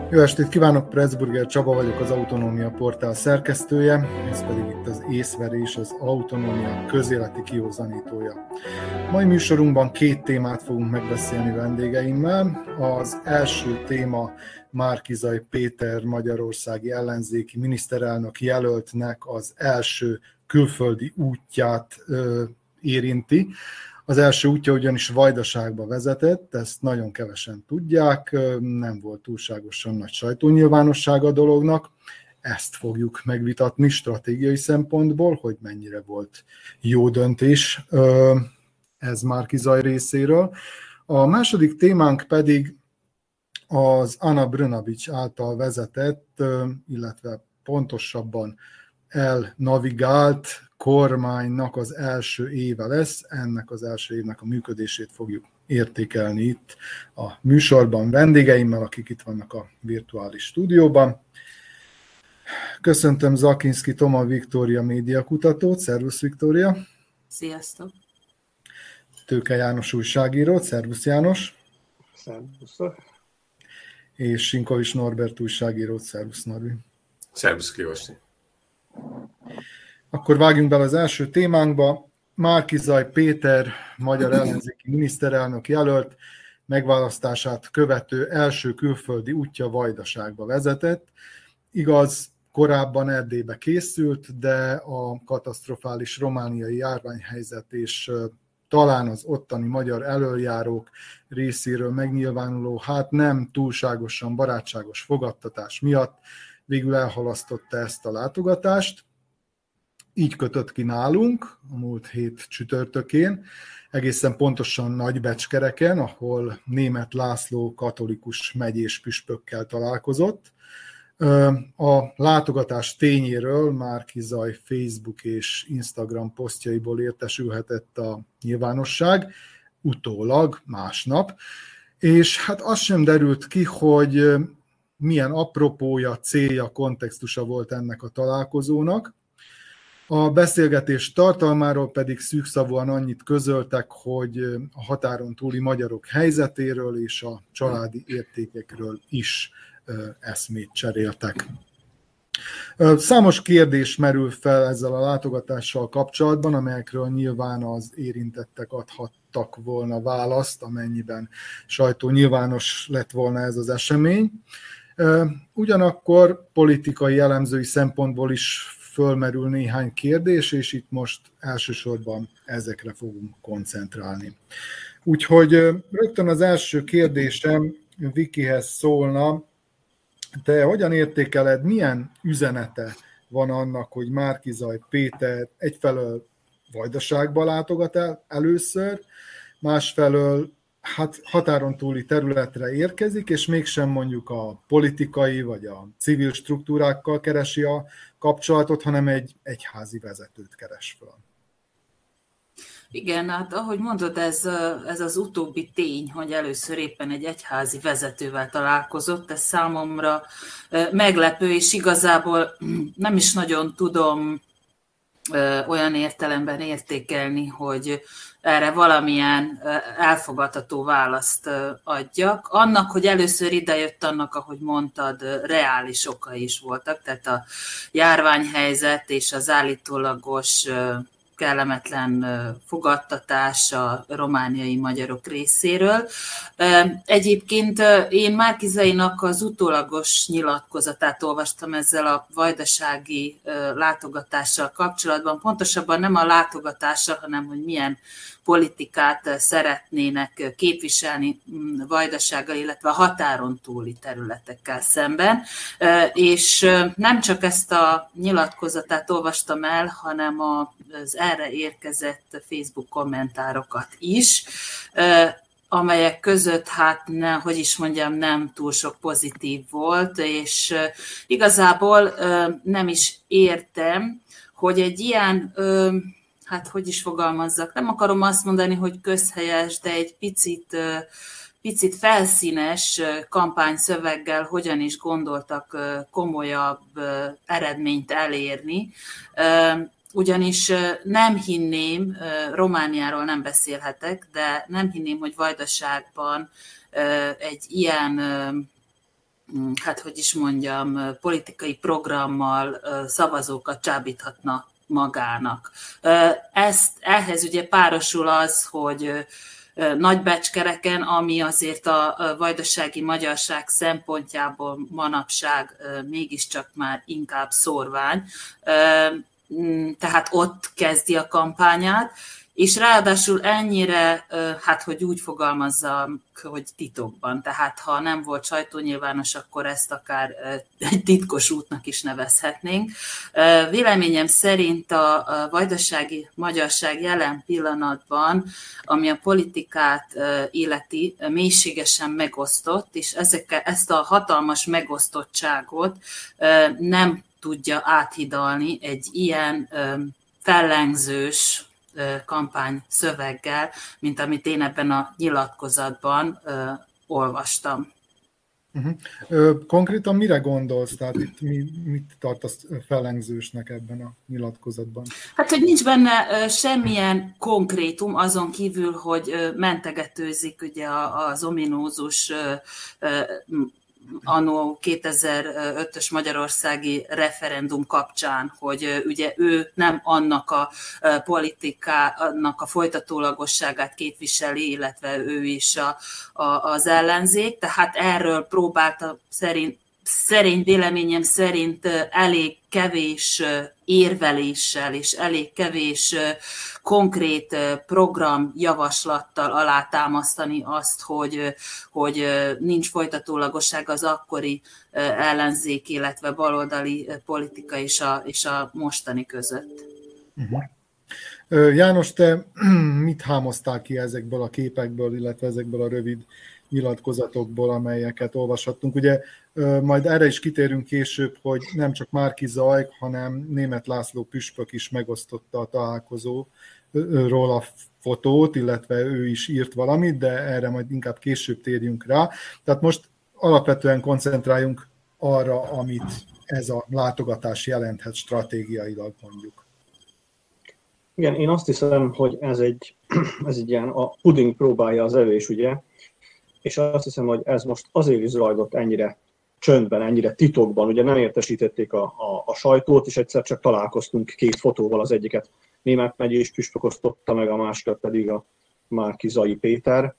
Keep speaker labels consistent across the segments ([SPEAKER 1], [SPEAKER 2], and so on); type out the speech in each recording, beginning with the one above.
[SPEAKER 1] Jó estét kívánok, Pressburger Csaba vagyok, az Autonómia Portál szerkesztője, ez pedig itt az Észverés, az Autonómia közéleti kihozanítója. Mai műsorunkban két témát fogunk megbeszélni vendégeimmel. Az első téma Márki-Zay Péter magyarországi ellenzéki miniszterelnök jelöltnek az első külföldi útját érinti. Az első útja ugyanis Vajdaságba vezetett, ezt nagyon kevesen tudják, nem volt túlságosan nagy sajtónyilvánossága a dolognak. Ezt fogjuk megvitatni stratégiai szempontból, hogy mennyire volt jó döntés ez Márki-Zay részéről. A második témánk pedig az Ana Brnabić által vezetett, illetve pontosabban elnavigált kormánynak az első éve lesz. Ennek az első évnek a működését fogjuk értékelni itt a műsorban vendégeimmel, akik itt vannak a virtuális stúdióban. Köszöntöm Zakinszki Toma Viktória médiakutatót. Szervusz, Viktória!
[SPEAKER 2] Sziasztok!
[SPEAKER 1] Tőke János újságírót. Szervusz, János!
[SPEAKER 3] Szervusztok!
[SPEAKER 1] És Sinkovics Norbert újságírót. Szervusz, Norbi!
[SPEAKER 3] Szervusz, Kívosni!
[SPEAKER 1] Akkor vágjunk bele az első témánkba. Márki-Zay Péter, magyar ellenzéki miniszterelnök jelölt, megválasztását követő első külföldi útja Vajdaságba vezetett. Igaz, korábban Erdélybe készült, de a katasztrofális romániai járványhelyzet és talán az ottani magyar elöljárók részéről megnyilvánuló, nem túlságosan barátságos fogadtatás miatt végül elhalasztotta ezt a látogatást. Így kötött ki nálunk a múlt hét csütörtökén, egészen pontosan Nagybecskereken, ahol Németh László katolikus megyés püspökkel találkozott. A látogatás tényéről Márki-Zay Facebook és Instagram posztjaiból értesülhetett a nyilvánosság, utólag másnap, és az sem derült ki, hogy milyen apropója, célja, kontextusa volt ennek a találkozónak. A beszélgetés tartalmáról pedig szűkszavúan annyit közöltek, hogy a határon túli magyarok helyzetéről és a családi értékekről is eszmét cseréltek. Számos kérdés merül fel ezzel a látogatással kapcsolatban, amelyekről nyilván az érintettek adhattak volna választ, amennyiben sajtónyilvános lett volna ez az esemény. Ugyanakkor politikai elemzői szempontból is fölmerül néhány kérdés, és itt most elsősorban ezekre fogunk koncentrálni. Úgyhogy rögtön az első kérdésem Vikihez szólna. Te hogyan értékeled, milyen üzenete van annak, hogy Márki-Zay Péter egyfelől Vajdaságba látogat el először, másfelől határon túli területre érkezik, és mégsem mondjuk a politikai vagy a civil struktúrákkal keresi a kapcsolatot, hanem egy egyházi vezetőt keres föl.
[SPEAKER 2] Igen, ahogy mondod, ez az utóbbi tény, hogy először éppen egy egyházi vezetővel találkozott, ez számomra meglepő, és igazából nem is nagyon tudom olyan értelemben értékelni, hogy erre valamilyen elfogadható választ adjak. Annak, hogy először idejött, annak, ahogy mondtad, reális okai is voltak, tehát a járványhelyzet és az állítólagos kellemetlen fogadtatás a romániai magyarok részéről. Egyébként én Márki-Zaynak az utólagos nyilatkozatát olvastam ezzel a vajdasági látogatással kapcsolatban, pontosabban nem a látogatással, hanem hogy milyen politikát szeretnének képviselni Vajdasággal, illetve a határon túli területekkel szemben. És nem csak ezt a nyilatkozatát olvastam el, hanem az erre érkezett Facebook kommentárokat is, amelyek között nem túl sok pozitív volt, és igazából nem is értem, hogy egy ilyen, hogy is fogalmazzak, nem akarom azt mondani, hogy közhelyes, de egy picit felszínes kampányszöveggel hogyan is gondoltak komolyabb eredményt elérni. Ugyanis nem hinném, Romániáról nem beszélhetek, de nem hinném, hogy Vajdaságban egy ilyen hát hogy is mondjam, politikai programmal szavazókat csábíthatna magának. Ehhez ugye párosul az, hogy Nagybecskereken, ami azért a vajdasági magyarság szempontjából manapság mégiscsak már inkább szórvány, tehát ott kezdi a kampányát, és ráadásul ennyire, hát hogy úgy fogalmazzam, hogy titokban, tehát ha nem volt sajtónyilvános, akkor ezt akár egy titkos útnak is nevezhetnénk. Véleményem szerint a vajdasági magyarság jelen pillanatban, ami a politikát illeti, mélységesen megosztott, és ezt a hatalmas megosztottságot nem tudja áthidalni egy ilyen fellengzős kampány szöveggel, mint amit én ebben a nyilatkozatban olvastam.
[SPEAKER 1] Konkrétan mire gondolsz? Tehát itt mit tartasz fellengzősnek ebben a nyilatkozatban?
[SPEAKER 2] Hát, hogy nincs benne semmilyen konkrétum, azon kívül, hogy mentegetőzik ugye az ominózus anno 2005-ös magyarországi referendum kapcsán, hogy ugye ő nem annak a politikának a folytatólagosságát képviseli, illetve ő is az ellenzék, tehát erről próbálta szerint véleményem szerint elég kevés érveléssel és elég kevés konkrét programjavaslattal alátámasztani azt, hogy nincs folytatólagosság az akkori ellenzék, illetve baloldali politika és a mostani között.
[SPEAKER 1] János, te mit hámoztál ki ezekből a képekből, illetve ezekből a rövid nyilatkozatokból, amelyeket olvashattunk? Ugye majd erre is kitérünk később, hogy nem csak Márki Zaj, hanem Németh László püspök is megosztotta a találkozóról a fotót, illetve ő is írt valamit, de erre majd inkább később térjünk rá. Tehát most alapvetően koncentráljunk arra, amit ez a látogatás jelenthet stratégiailag, mondjuk.
[SPEAKER 4] Igen, én azt hiszem, hogy ez egy ilyen, a puding próbálja az evés, ugye? És azt hiszem, hogy ez most azért is zajlott ennyire csöndben, ennyire titokban, ugye nem értesítették a sajtót, és egyszer csak találkoztunk két fotóval, az egyiket Németh megyés püspök osztotta meg, a másikat pedig a Márki Zai Péter.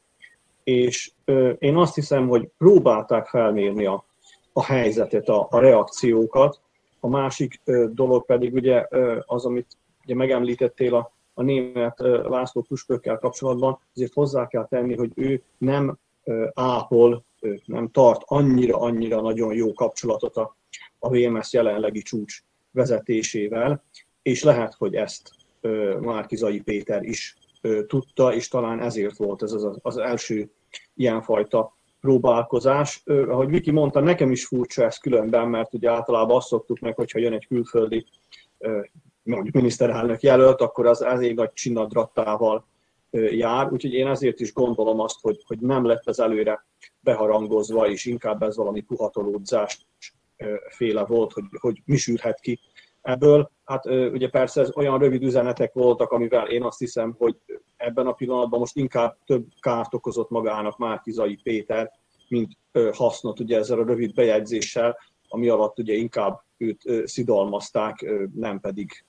[SPEAKER 4] És én azt hiszem, hogy próbálták felmérni a helyzetet, a reakciókat. A másik dolog pedig ugye az, amit ugye megemlítettél a Németh László püspökkel kapcsolatban, azért hozzá kell tenni, hogy ő nem ápol, nem tart annyira nagyon jó kapcsolatot a VMS jelenlegi csúcs vezetésével, és lehet, hogy ezt Márki Zai Péter is tudta, és talán ezért volt ez az első ilyenfajta próbálkozás. Ahogy Viki mondta, nekem is furcsa ez különben, mert ugye általában azt szoktuk meg, hogyha jön egy külföldi mondjuk miniszterelnök jelölt, akkor az elég nagy csinadrattával jár, úgyhogy én ezért is gondolom azt, hogy nem lett ez előre beharangozva, és inkább ez valami puhatolódzás féle volt, hogy mi sűrhet ki ebből. Hát ugye persze ez olyan rövid üzenetek voltak, amivel én azt hiszem, hogy ebben a pillanatban most inkább több kárt okozott magának Márki Zai Péter, mint hasznot ugye ezzel a rövid bejegyzéssel, ami alatt ugye inkább őt szidalmazták, nem pedig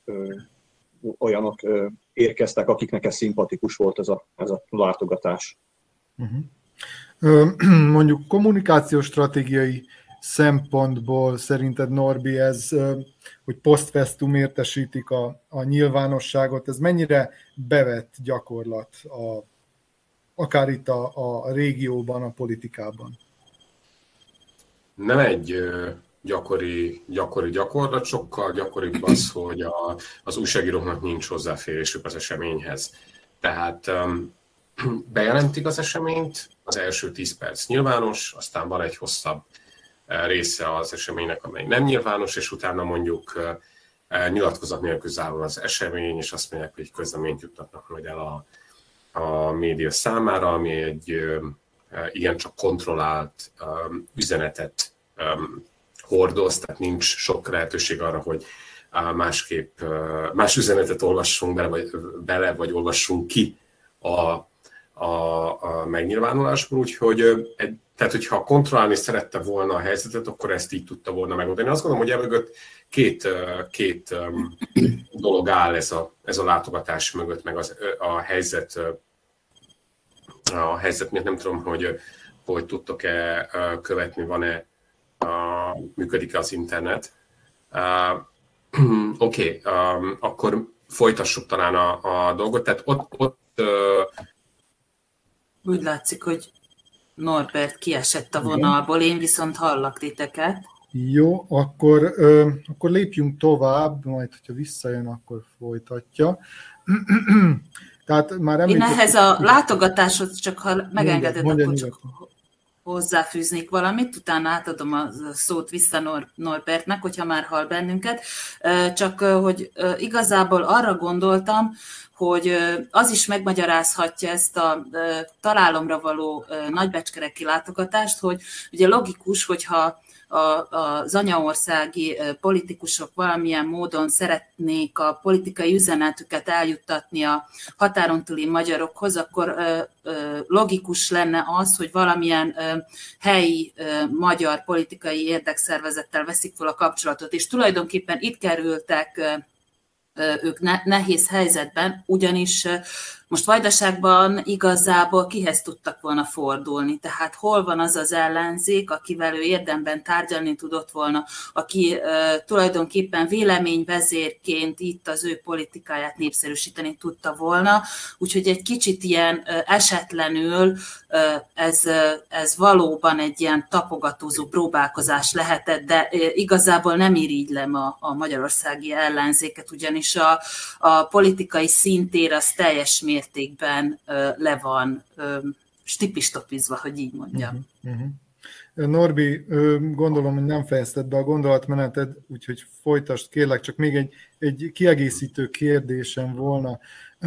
[SPEAKER 4] olyanok érkeztek, akiknek ez szimpatikus volt ez a látogatás.
[SPEAKER 1] Mondjuk kommunikációs stratégiai szempontból szerinted, Norbi, ez, hogy post festum értesítik a nyilvánosságot, ez mennyire bevett gyakorlat akár itt a régióban, a politikában?
[SPEAKER 3] Nem egy gyakori gyakorlat, sokkal gyakoribb az, hogy az újságíróknak nincs hozzáférésük az eseményhez. Tehát bejelentik az eseményt, az első 10 perc nyilvános, aztán van egy hosszabb része az eseménynek, amely nem nyilvános, és utána mondjuk nyilatkozat nélkül zárul az esemény, és azt mondják, hogy közleményt juttatnak majd el a média számára, ami egy igencsak kontrollált üzenetet hordoz, tehát nincs sok lehetőség arra, hogy másképp más üzenetet olvassunk bele, vagy olvassunk ki a megnyilvánulásból, úgyhogy egy Tehát, hogyha kontrollálni szerette volna a helyzetet, akkor ezt így tudta volna megoldani. Azt gondolom, hogy emögött két dolog áll ez a látogatás mögött, meg a helyzet miatt. Nem tudom, hogy tudtok-e követni, működik-e az internet. Oké, akkor folytassuk talán a dolgot. Tehát ott
[SPEAKER 2] úgy látszik, hogy Norbert kiesett a vonalból, én viszont hallak titeket.
[SPEAKER 1] Jó, akkor lépjünk tovább, majd, hogyha visszajön, akkor folytatja. Tehát már
[SPEAKER 2] én ehhez a látogatáshoz csak, ha megengeded, akkor csak hozzáfűznék valamit, utána átadom a szót vissza Norbertnek, hogyha már hall bennünket. Csak, hogy igazából arra gondoltam, hogy az is megmagyarázhatja ezt a találomra való nagybecskereki látogatást, hogy ugye logikus, hogyha az anyaországi politikusok valamilyen módon szeretnék a politikai üzenetüket eljuttatni a határon túli magyarokhoz, akkor logikus lenne az, hogy valamilyen helyi magyar politikai érdekszervezettel veszik fel a kapcsolatot. És tulajdonképpen itt kerültek ők nehéz helyzetben, ugyanis most Vajdaságban igazából kihez tudtak volna fordulni, tehát hol van az az ellenzék, akivel ő érdemben tárgyalni tudott volna, aki tulajdonképpen véleményvezérként itt az ő politikáját népszerűsíteni tudta volna, úgyhogy egy kicsit ilyen esetlenül ez valóban egy ilyen tapogatózó próbálkozás lehetett, de igazából nem irigylem a magyarországi ellenzéket, ugyanis a politikai szintér az teljes mértékben le van stipistopizva, hogy így mondjam.
[SPEAKER 1] Norbi, gondolom, hogy nem fejezted be a gondolatmeneted, úgyhogy folytasd, kérlek, csak még egy kiegészítő kérdésem volna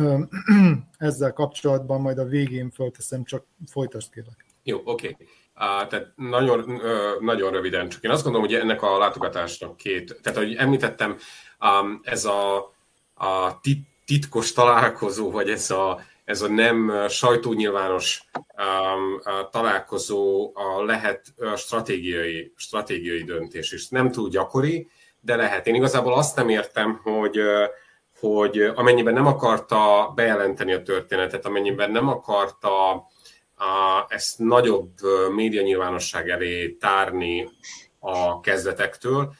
[SPEAKER 1] ezzel kapcsolatban, majd a végén fölteszem, csak folytasd, kérlek.
[SPEAKER 3] Jó, oké. Tehát nagyon röviden, csak én azt gondolom, hogy ennek a látogatásnak tehát ahogy említettem, ez a titkos találkozó, vagy ez a nem sajtónyilvános találkozó lehet stratégiai döntés, és nem túl gyakori, de lehet. Én igazából azt nem értem, hogy amennyiben nem akarta bejelenteni a történetet, amennyiben nem akarta ezt nagyobb médianyilvánosság elé tárni a kezdetektől,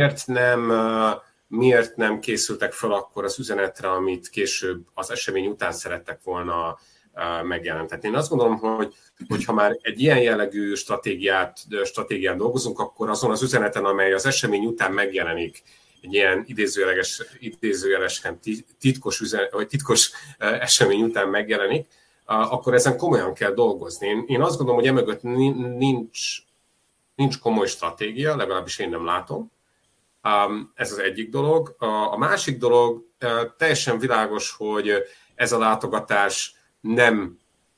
[SPEAKER 3] miért nem készültek fel akkor az üzenetre, amit később az esemény után szerettek volna megjelentetni. Én azt gondolom, hogy ha már egy ilyen jellegű stratégián dolgozunk, akkor azon az üzeneten, amely az esemény után megjelenik, egy ilyen idézőjelesen titkos esemény után megjelenik, akkor ezen komolyan kell dolgozni. Én azt gondolom, hogy emögött nincs komoly stratégia, legalábbis én nem látom. Ez az egyik dolog. A másik dolog, teljesen világos, hogy ez a látogatás nem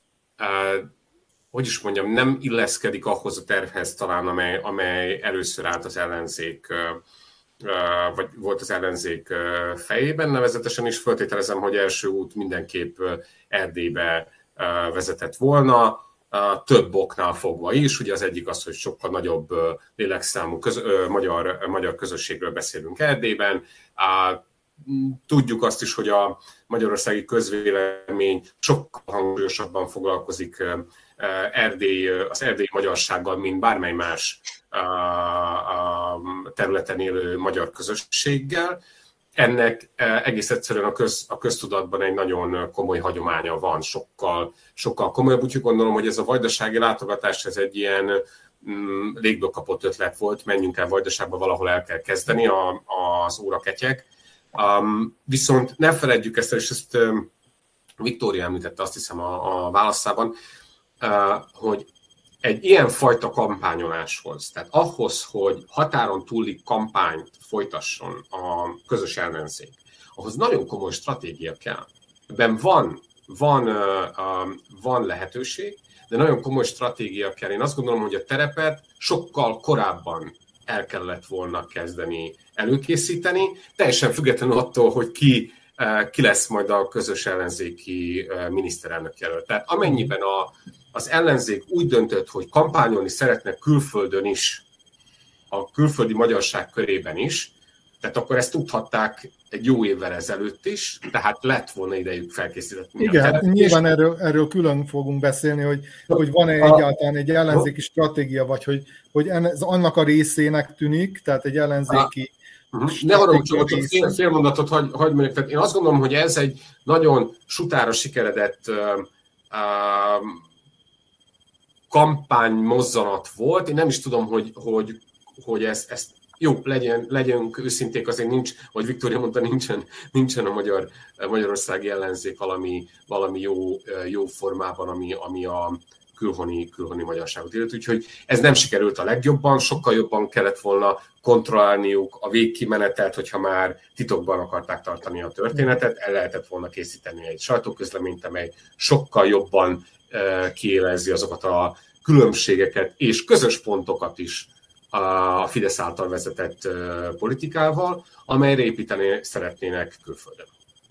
[SPEAKER 3] illeszkedik ahhoz a tervhez talán, amely először állt az ellenzék, vagy volt az ellenzék fejében, nevezetesen is föltételezem, hogy első út mindenképp Erdélybe vezetett volna, több oknál fogva is. Ugye az egyik az, hogy sokkal nagyobb lélekszámú magyar közösségről beszélünk Erdélyben. Tudjuk azt is, hogy a magyarországi közvélemény sokkal hangsúlyosabban foglalkozik az erdélyi magyarsággal, mint bármely más területen élő magyar közösséggel. Ennek egész egyszerűen a köztudatban egy nagyon komoly hagyománya van, sokkal komolyabb. Úgyhogy gondolom, hogy ez a vajdasági látogatás, ez egy ilyen légből kapott ötlet volt, menjünk el Vajdaságba, valahol el kell kezdeni az óraketyek. Viszont ne feledjük ezt, és ezt Viktória említette, azt hiszem a válaszában, hogy egy ilyen fajta kampányoláshoz, tehát ahhoz, hogy határon túli kampányt folytasson a közös ellenzék, ahhoz nagyon komoly stratégia kell. Ebben van lehetőség, de nagyon komoly stratégia kell. Én azt gondolom, hogy a terepet sokkal korábban el kellett volna kezdeni előkészíteni, teljesen függetlenül attól, hogy ki lesz majd a közös ellenzéki miniszterelnök jelölt. Tehát amennyiben az ellenzék úgy döntött, hogy kampányolni szeretne külföldön is, a külföldi magyarság körében is, tehát akkor ezt tudhatták egy jó évvel ezelőtt is, tehát lett volna idejük felkészíteni.
[SPEAKER 1] Igen, nyilván erről külön fogunk beszélni, hogy van-e egyáltalán egy ellenzéki stratégia, vagy hogy ez annak a részének tűnik, tehát egy ellenzéki
[SPEAKER 3] ne haragudj, csak fél mondatot hagy mondjuk. Tehát én azt gondolom, hogy ez egy nagyon sutára sikeredett kampánymozzanat volt. Én nem is tudom, hogy ezt jó, legyünk őszinték, azért nincs, hogy Viktória mondta, nincsen a magyarországi ellenzék valami jó formában, ami a külhoni magyarságot illeti. Úgyhogy ez nem sikerült a legjobban, sokkal jobban kellett volna kontrollálniuk a végkimenetelt, hogyha már titokban akarták tartani a történetet, el lehetett volna készíteni egy sajtóközleményt, amely sokkal jobban kiélezi azokat a különbségeket és közös pontokat is a Fidesz által vezetett politikával, amelyre építeni szeretnének külföldön.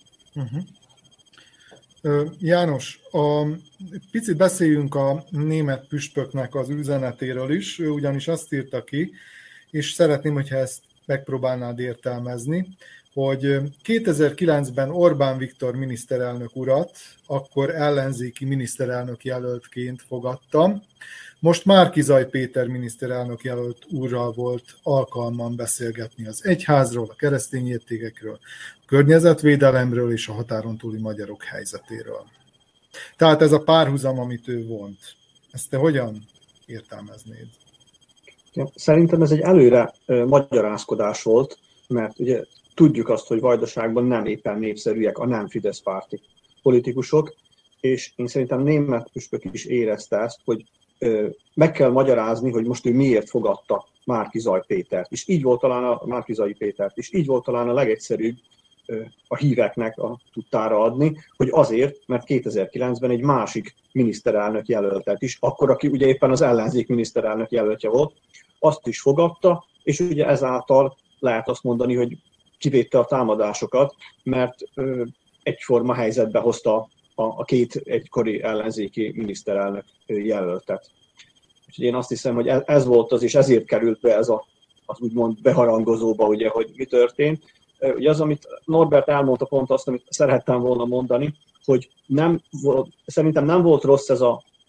[SPEAKER 1] János, picit beszéljünk a német püspöknek az üzenetéről is, ő ugyanis azt írta ki, és szeretném, hogyha ezt megpróbálnád értelmezni, hogy 2009-ben Orbán Viktor miniszterelnök urat akkor ellenzéki miniszterelnök jelöltként fogadtam. Most Márki-Zay Péter miniszterelnök jelölt úrral volt alkalmam beszélgetni az egyházról, a keresztény értékekről, a környezetvédelemről és a határon túli magyarok helyzetéről. Tehát ez a párhuzam, amit ő vont. Ezt te hogyan értelmeznéd?
[SPEAKER 4] Szerintem ez egy előre magyarázkodás volt, mert ugye tudjuk azt, hogy Vajdaságban nem éppen népszerűek a nem Fidesz párti politikusok, és én szerintem német püspök is érezte ezt, hogy meg kell magyarázni, hogy most ő miért fogadta Márki-Zay Pétert. És így volt talán a Márki-Zay Pétert, és így volt talán a legegyszerűbb a híreknek a tudtára adni, hogy azért, mert 2009-ben egy másik miniszterelnök jelöltet is, akkor aki ugye éppen az ellenzék miniszterelnök jelöltje volt, azt is fogadta, és ugye ezáltal lehet azt mondani, hogy kivédte a támadásokat, mert egyforma helyzetbe hozta a két egykori ellenzéki miniszterelnök jelöltet. Úgyhogy én azt hiszem, hogy ez volt az, és ezért került be ez az úgymond beharangozóba, ugye, hogy mi történt. Ugye az, amit Norbert elmondta, pont azt, amit szerettem volna mondani, hogy szerintem nem volt rossz ez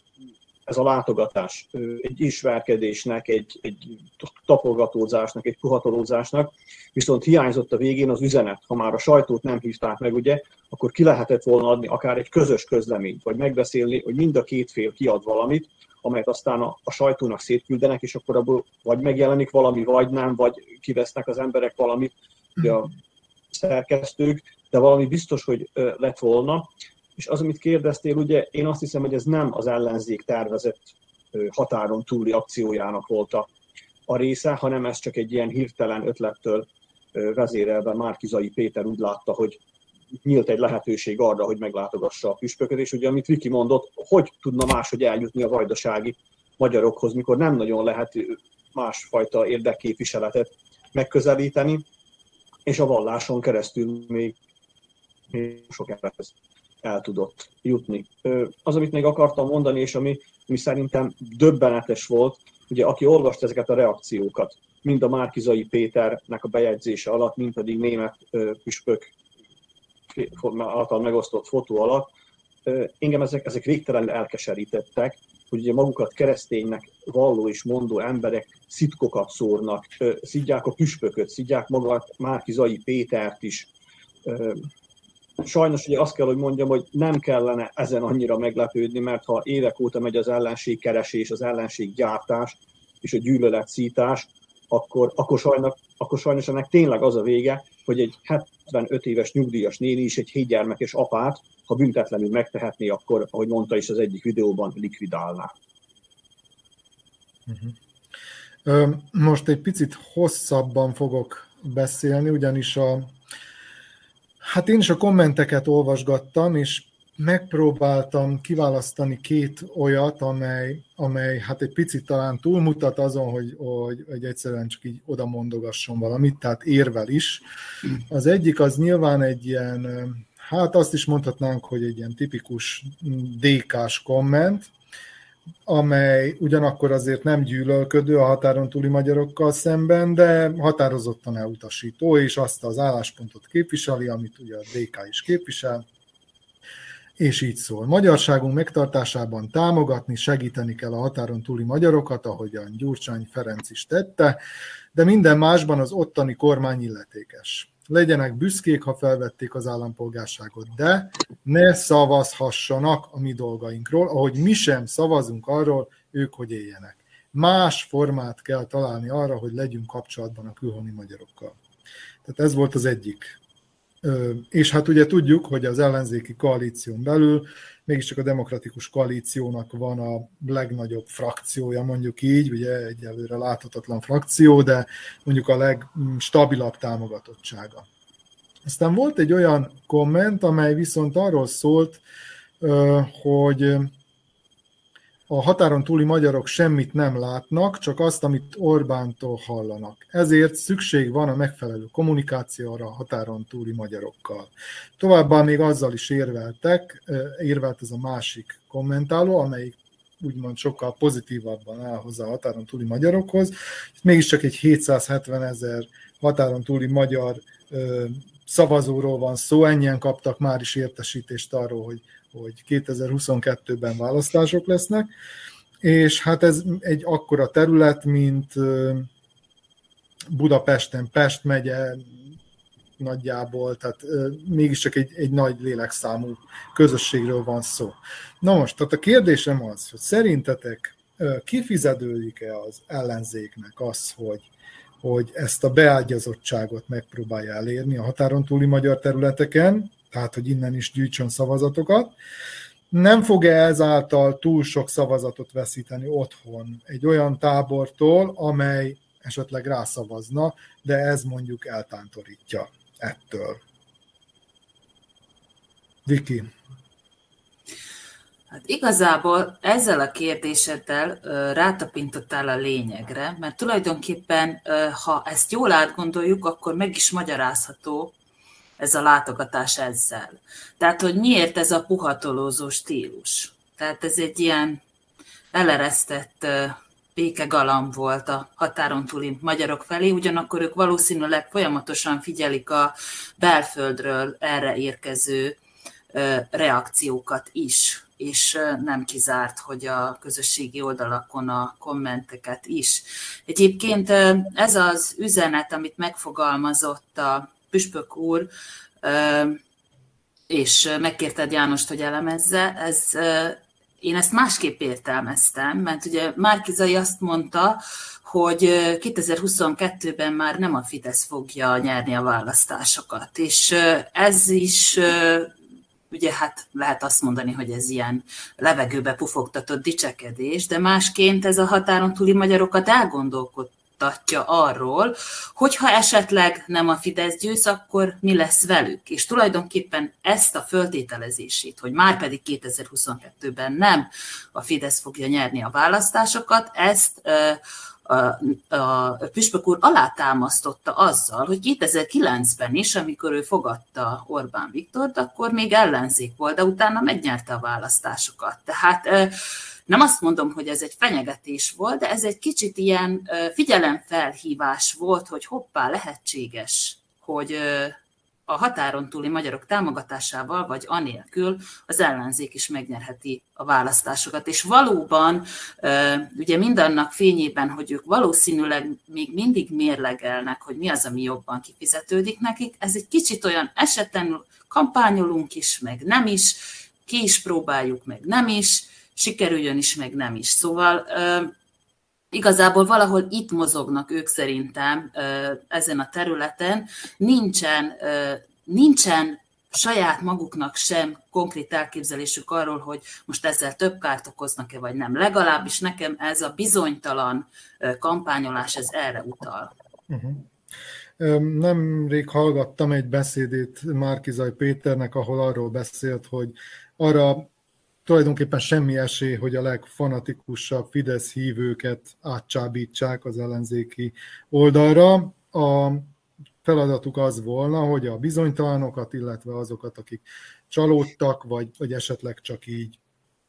[SPEAKER 4] a látogatás, egy ismerkedésnek, egy tapogatózásnak, egy puhatolózásnak, viszont hiányzott a végén az üzenet. Ha már a sajtót nem hívták meg, ugye, akkor ki lehetett volna adni akár egy közös közleményt, vagy megbeszélni, hogy mind a két fél kiad valamit, amelyet aztán a sajtónak szétküldenek, és akkor abból vagy megjelenik valami, vagy nem, vagy kivesznek az emberek valamit, ugye a szerkesztők, de valami biztos, hogy lett volna. És az, amit kérdeztél, ugye én azt hiszem, hogy ez nem az ellenzék tervezett határon túli akciójának volt a része, hanem ez csak egy ilyen hirtelen ötlettől vezérelve Márki-Zay Péter úgy látta, hogy nyílt egy lehetőség arra, hogy meglátogassa a püspököt, és ugye amit Viki mondott, hogy tudna máshogy eljutni a vajdasági magyarokhoz, mikor nem nagyon lehet másfajta érdekképviseletet megközelíteni, és a valláson keresztül még sok emberhez el tudott jutni. Az, amit még akartam mondani, és ami szerintem döbbenetes volt, ugye aki olvasta ezeket a reakciókat, mind a Márki-Zay Péternek a bejegyzése alatt, mind pedig német püspök által megosztott fotó alatt, engem ezek végtelenül elkeserítettek, hogy ugye magukat kereszténynek valló és mondó emberek szitkokat szórnak, szidják a püspököt, szidják magát Márki-Zay Pétert is. Sajnos ugye azt kell, hogy mondjam, hogy nem kellene ezen annyira meglepődni, mert ha évek óta megy az ellenségkeresés, az ellenséggyártás és a gyűlöletszítás, akkor sajnos ennek tényleg az a vége, hogy egy 75 éves nyugdíjas néni is egy 7 gyermekes apát, ha büntetlenül megtehetné, akkor, ahogy mondta is az egyik videóban, likvidálná.
[SPEAKER 1] Most egy picit hosszabban fogok beszélni, ugyanis én is a kommenteket olvasgattam, és megpróbáltam kiválasztani két olyat, amely hát egy picit talán túlmutat azon, hogy egyszerűen csak így oda mondogasson valamit, tehát érvel is. Az egyik az nyilván egy ilyen, hát azt is mondhatnánk, hogy egy ilyen tipikus DK-s komment, amely ugyanakkor azért nem gyűlölködő a határon túli magyarokkal szemben, de határozottan elutasító, és azt az álláspontot képviseli, amit ugye a DK is képvisel, és így szól. Magyarságunk megtartásában támogatni, segíteni kell a határon túli magyarokat, ahogyan Gyurcsány Ferenc is tette, de minden másban az ottani kormány illetékes. Legyenek büszkék, ha felvették az állampolgárságot, de ne szavazhassanak a mi dolgainkról, ahogy mi sem szavazunk arról, ők hogy éljenek. Más formát kell találni arra, hogy legyünk kapcsolatban a külhoni magyarokkal. Tehát ez volt az egyik. És hát ugye tudjuk, hogy az ellenzéki koalíción belül mégiscsak a demokratikus koalíciónak van a legnagyobb frakciója, mondjuk így, ugye egyelőre láthatatlan frakció, de mondjuk a legstabilabb támogatottsága. Aztán volt egy olyan komment, amely viszont arról szólt, hogy a határon túli magyarok semmit nem látnak, csak azt, amit Orbántól hallanak. Ezért szükség van a megfelelő kommunikációra a határon túli magyarokkal. Továbbá még azzal is érvelt ez a másik kommentáló, amelyik úgymond sokkal pozitívabban áll hozzá a határon túli magyarokhoz. Mégiscsak egy 770 000 határon túli magyar szavazóról van szó, ennyien kaptak már is értesítést arról, hogy 2022-ben választások lesznek, és hát ez egy akkora terület, mint Budapesten, Pest megye nagyjából, tehát mégiscsak egy nagy lélekszámú közösségről van szó. Na most, tehát a kérdésem az, hogy szerintetek kifizetődik-e az ellenzéknek az, hogy ezt a beágyazottságot megpróbálja elérni a határon túli magyar területeken, tehát hogy innen is gyűjtsön szavazatokat. Nem fog-e ezáltal túl sok szavazatot veszíteni otthon egy olyan tábortól, amely esetleg rászavazna, de ez mondjuk eltántorítja ettől? Viki.
[SPEAKER 2] Hát igazából ezzel a kérdéseddel rátapintottál a lényegre, mert tulajdonképpen, ha ezt jól átgondoljuk, akkor meg is magyarázható ez a látogatás ezzel. Tehát, hogy miért ez a puhatolózó stílus. Tehát ez egy ilyen eleresztett békegalamb volt a határon túli magyarok felé, ugyanakkor ők valószínűleg folyamatosan figyelik a belföldről erre érkező reakciókat is, és nem kizárt, hogy a közösségi oldalakon a kommenteket is. Egyébként ez az üzenet, amit megfogalmazott a püspök úr, és megkérted Jánost, hogy elemezze, én ezt másképp értelmeztem, mert ugye Márki-Zay azt mondta, hogy 2022-ben már nem a Fidesz fogja nyerni a választásokat, és ez is, ugye hát lehet azt mondani, hogy ez ilyen levegőbe pufogtatott dicsekedés, de másként ez a határon túli magyarokat elgondolkodtatja arról, hogyha esetleg nem a Fidesz győz, akkor mi lesz velük. És tulajdonképpen ezt a föltételezését, hogy már pedig 2022-ben nem a Fidesz fogja nyerni a választásokat, ezt a püspök úr alátámasztotta azzal, hogy 2009-ben is, amikor ő fogadta Orbán Viktort, akkor még ellenzék volt, de utána megnyerte a választásokat. Tehát nem azt mondom, hogy ez egy fenyegetés volt, de ez egy kicsit ilyen figyelemfelhívás volt, hogy hoppá, lehetséges, hogy a határon túli magyarok támogatásával, vagy anélkül az ellenzék is megnyerheti a választásokat. És valóban, ugye mindannak fényében, hogy ők valószínűleg még mindig mérlegelnek, hogy mi az, ami jobban kifizetődik nekik, ez egy kicsit olyan esetlenül kampányolunk is, meg nem is, ki is próbáljuk, meg nem is, sikerüljön is, meg nem is. Szóval igazából valahol itt mozognak ők szerintem ezen a területen, nincsen saját maguknak sem konkrét elképzelésük arról, hogy most ezzel több kárt okoznak-e, vagy nem. Legalábbis nekem ez a bizonytalan kampányolás, ez erre utal.
[SPEAKER 1] Nemrég hallgattam egy beszédét Márki-Zay Péternek, ahol arról beszélt, hogy arra tulajdonképpen semmi esély, hogy a legfanatikusabb Fidesz hívőket átcsábítsák az ellenzéki oldalra. A feladatuk az volna, hogy a bizonytalanokat, illetve azokat, akik csalódtak, vagy esetleg csak így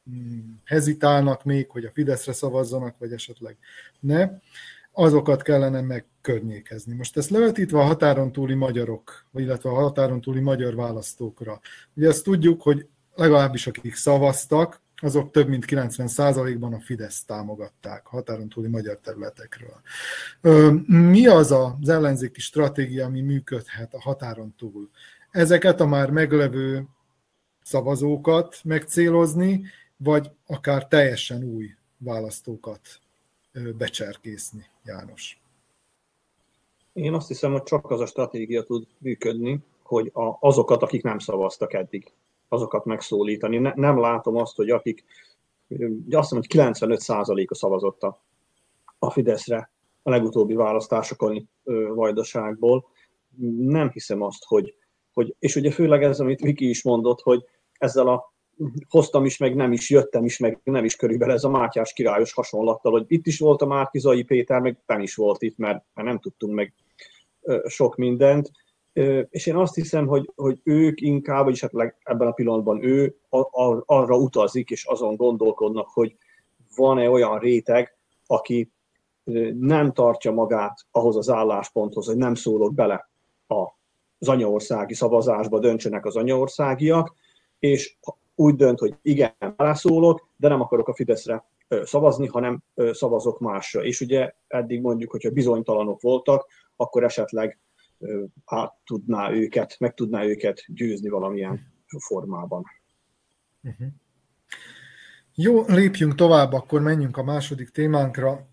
[SPEAKER 1] hezitálnak még, hogy a Fideszre szavazzanak, vagy esetleg ne, azokat kellene megkörnyékezni. Most ezt levetítve a határon túli magyarok, illetve a határon túli magyar választókra. Ugye azt tudjuk, hogy legalábbis akik szavaztak, azok több mint 90%-ban a Fideszt támogatták határon túli magyar területekről. Mi az az ellenzéki stratégia, ami működhet a határon túl? Ezeket a már meglevő szavazókat megcélozni, vagy akár teljesen új választókat becserkészni, János?
[SPEAKER 4] Én azt hiszem, hogy csak az a stratégia tud működni, hogy azokat, akik nem szavaztak eddig, azokat megszólítani. Nem látom azt, hogy akik, azt hiszem, hogy 95%-a szavazott a Fideszre a legutóbbi választásokon Vajdaságból. Nem hiszem azt, hogy és ugye főleg ez, amit Viki is mondott, hogy ezzel a hoztam is, meg nem is, jöttem is, meg nem is, körülbelül ez a Mátyás királyos hasonlattal, hogy itt is volt a Márki-Zay Péter, meg nem is volt itt, mert nem tudtunk meg sok mindent. És én azt hiszem, hogy ők inkább, vagyis hát ebben a pillanatban ő arra utazik, és azon gondolkodnak, hogy van-e olyan réteg, aki nem tartja magát ahhoz az állásponthoz, hogy nem szólok bele az anyaországi szavazásba, döntsenek az anyaországiak, és úgy dönt, hogy igen, beleszólok, de nem akarok a Fideszre szavazni, hanem szavazok másra. És ugye eddig mondjuk, hogyha bizonytalanok voltak, akkor esetleg meg tudná őket győzni valamilyen formában.
[SPEAKER 1] Uh-huh. Jó, lépjünk tovább, akkor menjünk a második témánkra.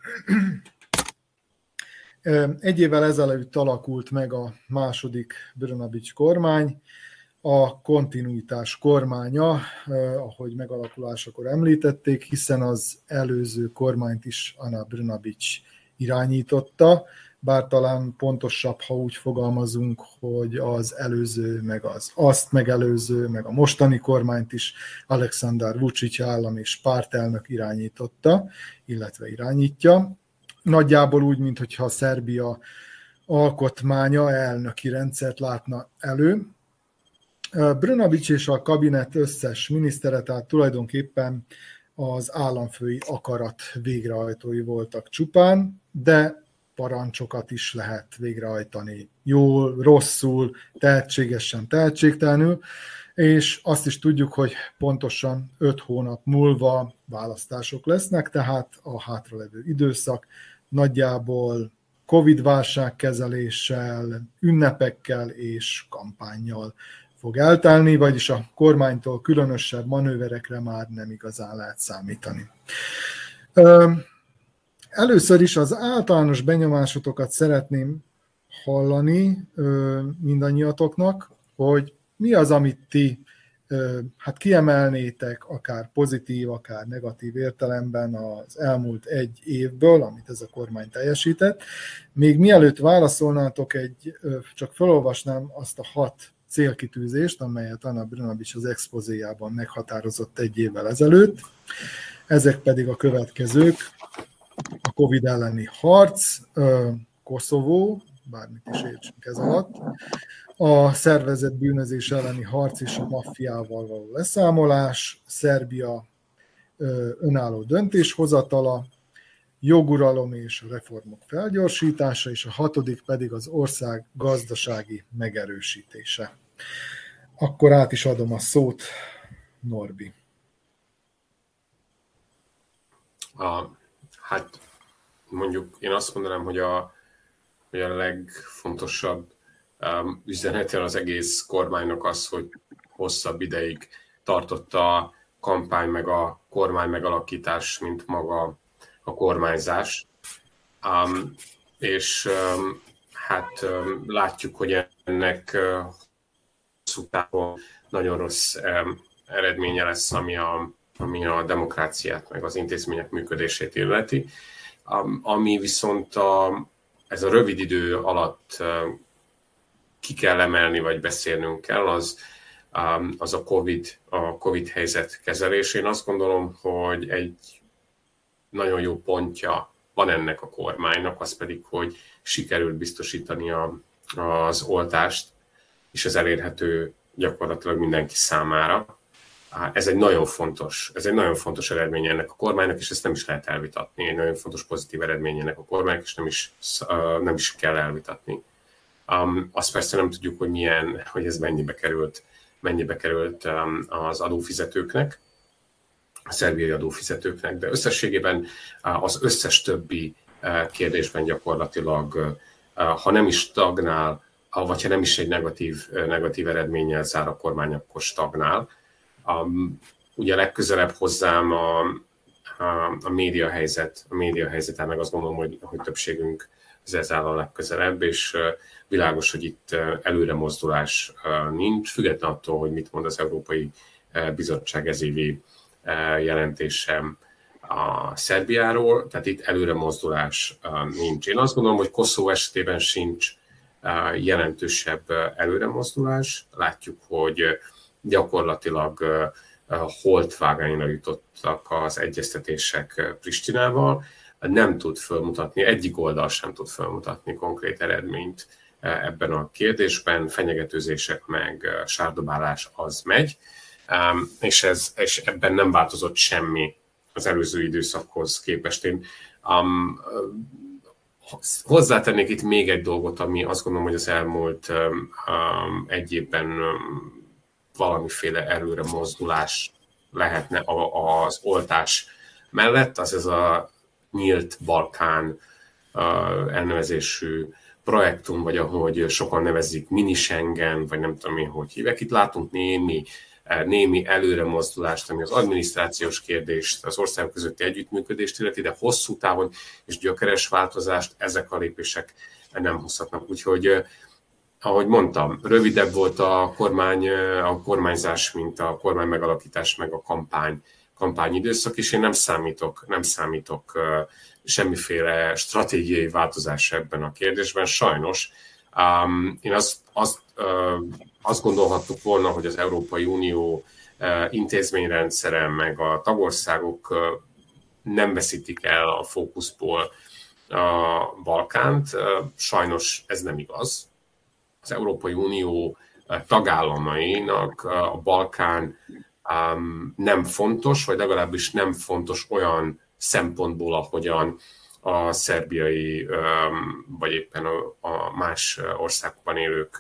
[SPEAKER 1] Egy évvel ezelőtt alakult meg a második Brnabics kormány, a kontinuitás kormánya, ahogy megalakulásakor említették, hiszen az előző kormányt is Ana Brnabics irányította, bár talán pontosabb, ha úgy fogalmazunk, hogy az előző, meg az azt megelőző, meg a mostani kormányt is Aleksandar Vučić állam és pártelnök irányította, illetve irányítja. Nagyjából úgy, mintha Szerbia alkotmánya elnöki rendszert látna elő. Brnabics és a kabinet összes minisztere, tehát tulajdonképpen az államfői akarat végrehajtói voltak csupán, de parancsokat is lehet végrehajtani jól, rosszul, tehetségesen, tehetségtelenül, és azt is tudjuk, hogy pontosan 5 hónap múlva választások lesznek, tehát a hátralevő időszak nagyjából Covid-válságkezeléssel, ünnepekkel és kampánnyal fog eltelni, vagyis a kormánytól különösebb manőverekre már nem igazán lehet számítani. Először is az általános benyomásotokat szeretném hallani mindannyiatoknak, hogy mi az, amit ti kiemelnétek, akár pozitív, akár negatív értelemben az elmúlt egy évből, amit ez a kormány teljesített. Még mielőtt válaszolnátok, csak felolvasnám azt a 6 célkitűzést, amelyet Ana Brnabics az expozéjában meghatározott egy évvel ezelőtt. Ezek pedig a következők: a Covid elleni harc, Koszovó, bármit is értsünk ez alatt, a szervezett bűnözés elleni harc és a maffiával való leszámolás, Szerbia önálló döntéshozatala, joguralom és a reformok felgyorsítása, és a 6. pedig az ország gazdasági megerősítése. Akkor át is adom a szót, Norbi.
[SPEAKER 3] Hát mondjuk én azt mondanám, hogy a legfontosabb üzenete az egész kormánynak az, hogy hosszabb ideig tartott a kampány meg a kormány megalakítás, mint maga a kormányzás. Látjuk, hogy ennek hosszú távon nagyon rossz eredménye lesz, ami a demokráciát meg az intézmények működését illeti. Ami viszont ez a rövid idő alatt ki kell emelni, vagy beszélnünk kell, az a COVID helyzet kezelés. Én azt gondolom, hogy egy nagyon jó pontja van ennek a kormánynak, az pedig, hogy sikerült biztosítani az oltást, és ez elérhető gyakorlatilag mindenki számára. Ez egy nagyon fontos eredmény ennek a kormánynak, és ezt nem is lehet elvitatni. Egy nagyon fontos pozitív eredmény ennek a kormánynak, és nem is kell elvitatni. Azt persze nem tudjuk, hogy ez mennyibe került az adófizetőknek, a szerbiai adófizetőknek, de összességében az összes többi kérdésben gyakorlatilag, ha nem is stagnál, vagy ha nem is egy negatív eredménnyel zár a kormány, akkor stagnál. Ugye legközelebb hozzám a média helyzete, meg azt gondolom, hogy többségünk ez áll a legközelebb, és világos, hogy itt előre mozdulás nincs, független attól, hogy mit mond az Európai Bizottság ezévi jelentése a Szerbiáról, tehát itt előre mozdulás nincs. Én azt gondolom, hogy Koszovó esetében sincs jelentősebb előre mozdulás. Látjuk, hogy gyakorlatilag holtvágányra jutottak az egyeztetések Pristinával. Nem tud felmutatni, egyik oldal sem tud felmutatni konkrét eredményt ebben a kérdésben. Fenyegetőzések meg sárdobálás az megy, és ebben nem változott semmi az előző időszakhoz képest. Én hozzátennék itt még egy dolgot, ami azt gondolom, hogy az elmúlt egy évben valamiféle előre mozdulás lehetne az oltás mellett, az ez a Nyílt Balkán elnevezésű projektum, vagy ahogy sokan nevezik, mini Schengen, vagy nem tudom én, hogy hívják. Itt látunk némi előre mozdulást, ami az adminisztrációs kérdést, az országok közötti együttműködést illeti, de hosszú távon és gyökeres változást ezek a lépések nem hozhatnak. Úgyhogy, ahogy mondtam, rövidebb volt a kormányzás, mint a kormány megalakítás, meg a kampányidőszak, és én nem számítok semmiféle stratégiai változásra ebben a kérdésben. Sajnos én azt gondolhattuk volna, hogy az Európai Unió intézményrendszere meg a tagországok nem veszítik el a fókuszból a Balkánt. Sajnos ez nem igaz. Az Európai Unió tagállamainak a Balkán nem fontos, vagy legalábbis nem fontos olyan szempontból, ahogyan a szerbiai, vagy éppen a más országban élők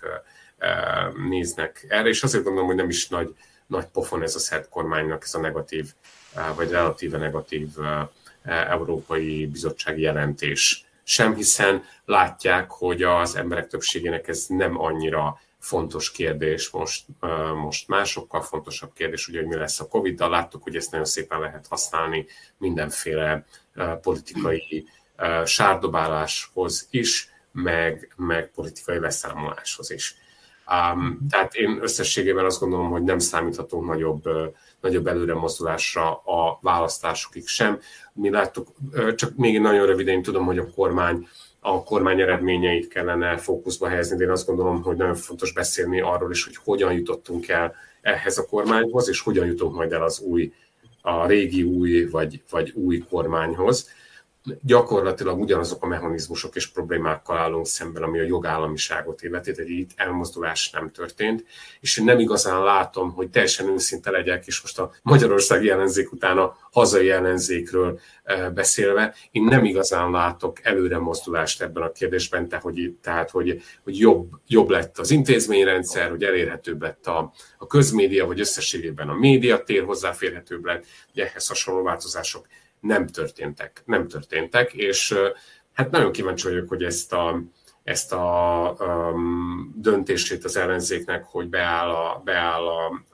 [SPEAKER 3] néznek erre, és azért gondolom, hogy nem is nagy pofon ez a szerb kormánynak, ez a negatív, vagy relatíve negatív Európai Bizottsági jelentés sem, hiszen látják, hogy az emberek többségének ez nem annyira fontos kérdés most már, sokkal fontosabb kérdés, ugye, hogy mi lesz a Covid-dal. Láttuk, hogy ezt nagyon szépen lehet használni mindenféle politikai sárdobáláshoz is, meg politikai leszámoláshoz is. Tehát én összességében azt gondolom, hogy nem számíthatunk nagyobb előre mozdulásra a választásokig sem. Mi láttuk, csak még nagyon röviden, tudom, hogy a kormány eredményeit kellene fókuszba helyezni, de én azt gondolom, hogy nagyon fontos beszélni arról is, hogy hogyan jutottunk el ehhez a kormányhoz, és hogyan jutunk majd el a régi új, vagy új kormányhoz. Gyakorlatilag ugyanazok a mechanizmusok és problémákkal állunk szemben, ami a jogállamiságot illeti, tehát itt elmozdulás nem történt, és én nem igazán látom, hogy teljesen őszinte legyek, és most a magyarországi ellenzék után a hazai ellenzékről beszélve, én nem igazán látok előre mozdulást ebben a kérdésben, tehát hogy jobb lett az intézményrendszer, hogy elérhetőbb lett a közmédia, vagy összességében a médiatér hozzáférhetőbb lett, hogy ehhez hasonló változások nem történtek, és hát nagyon kíváncsi vagyok, hogy ezt a döntését az ellenzéknek, hogy beáll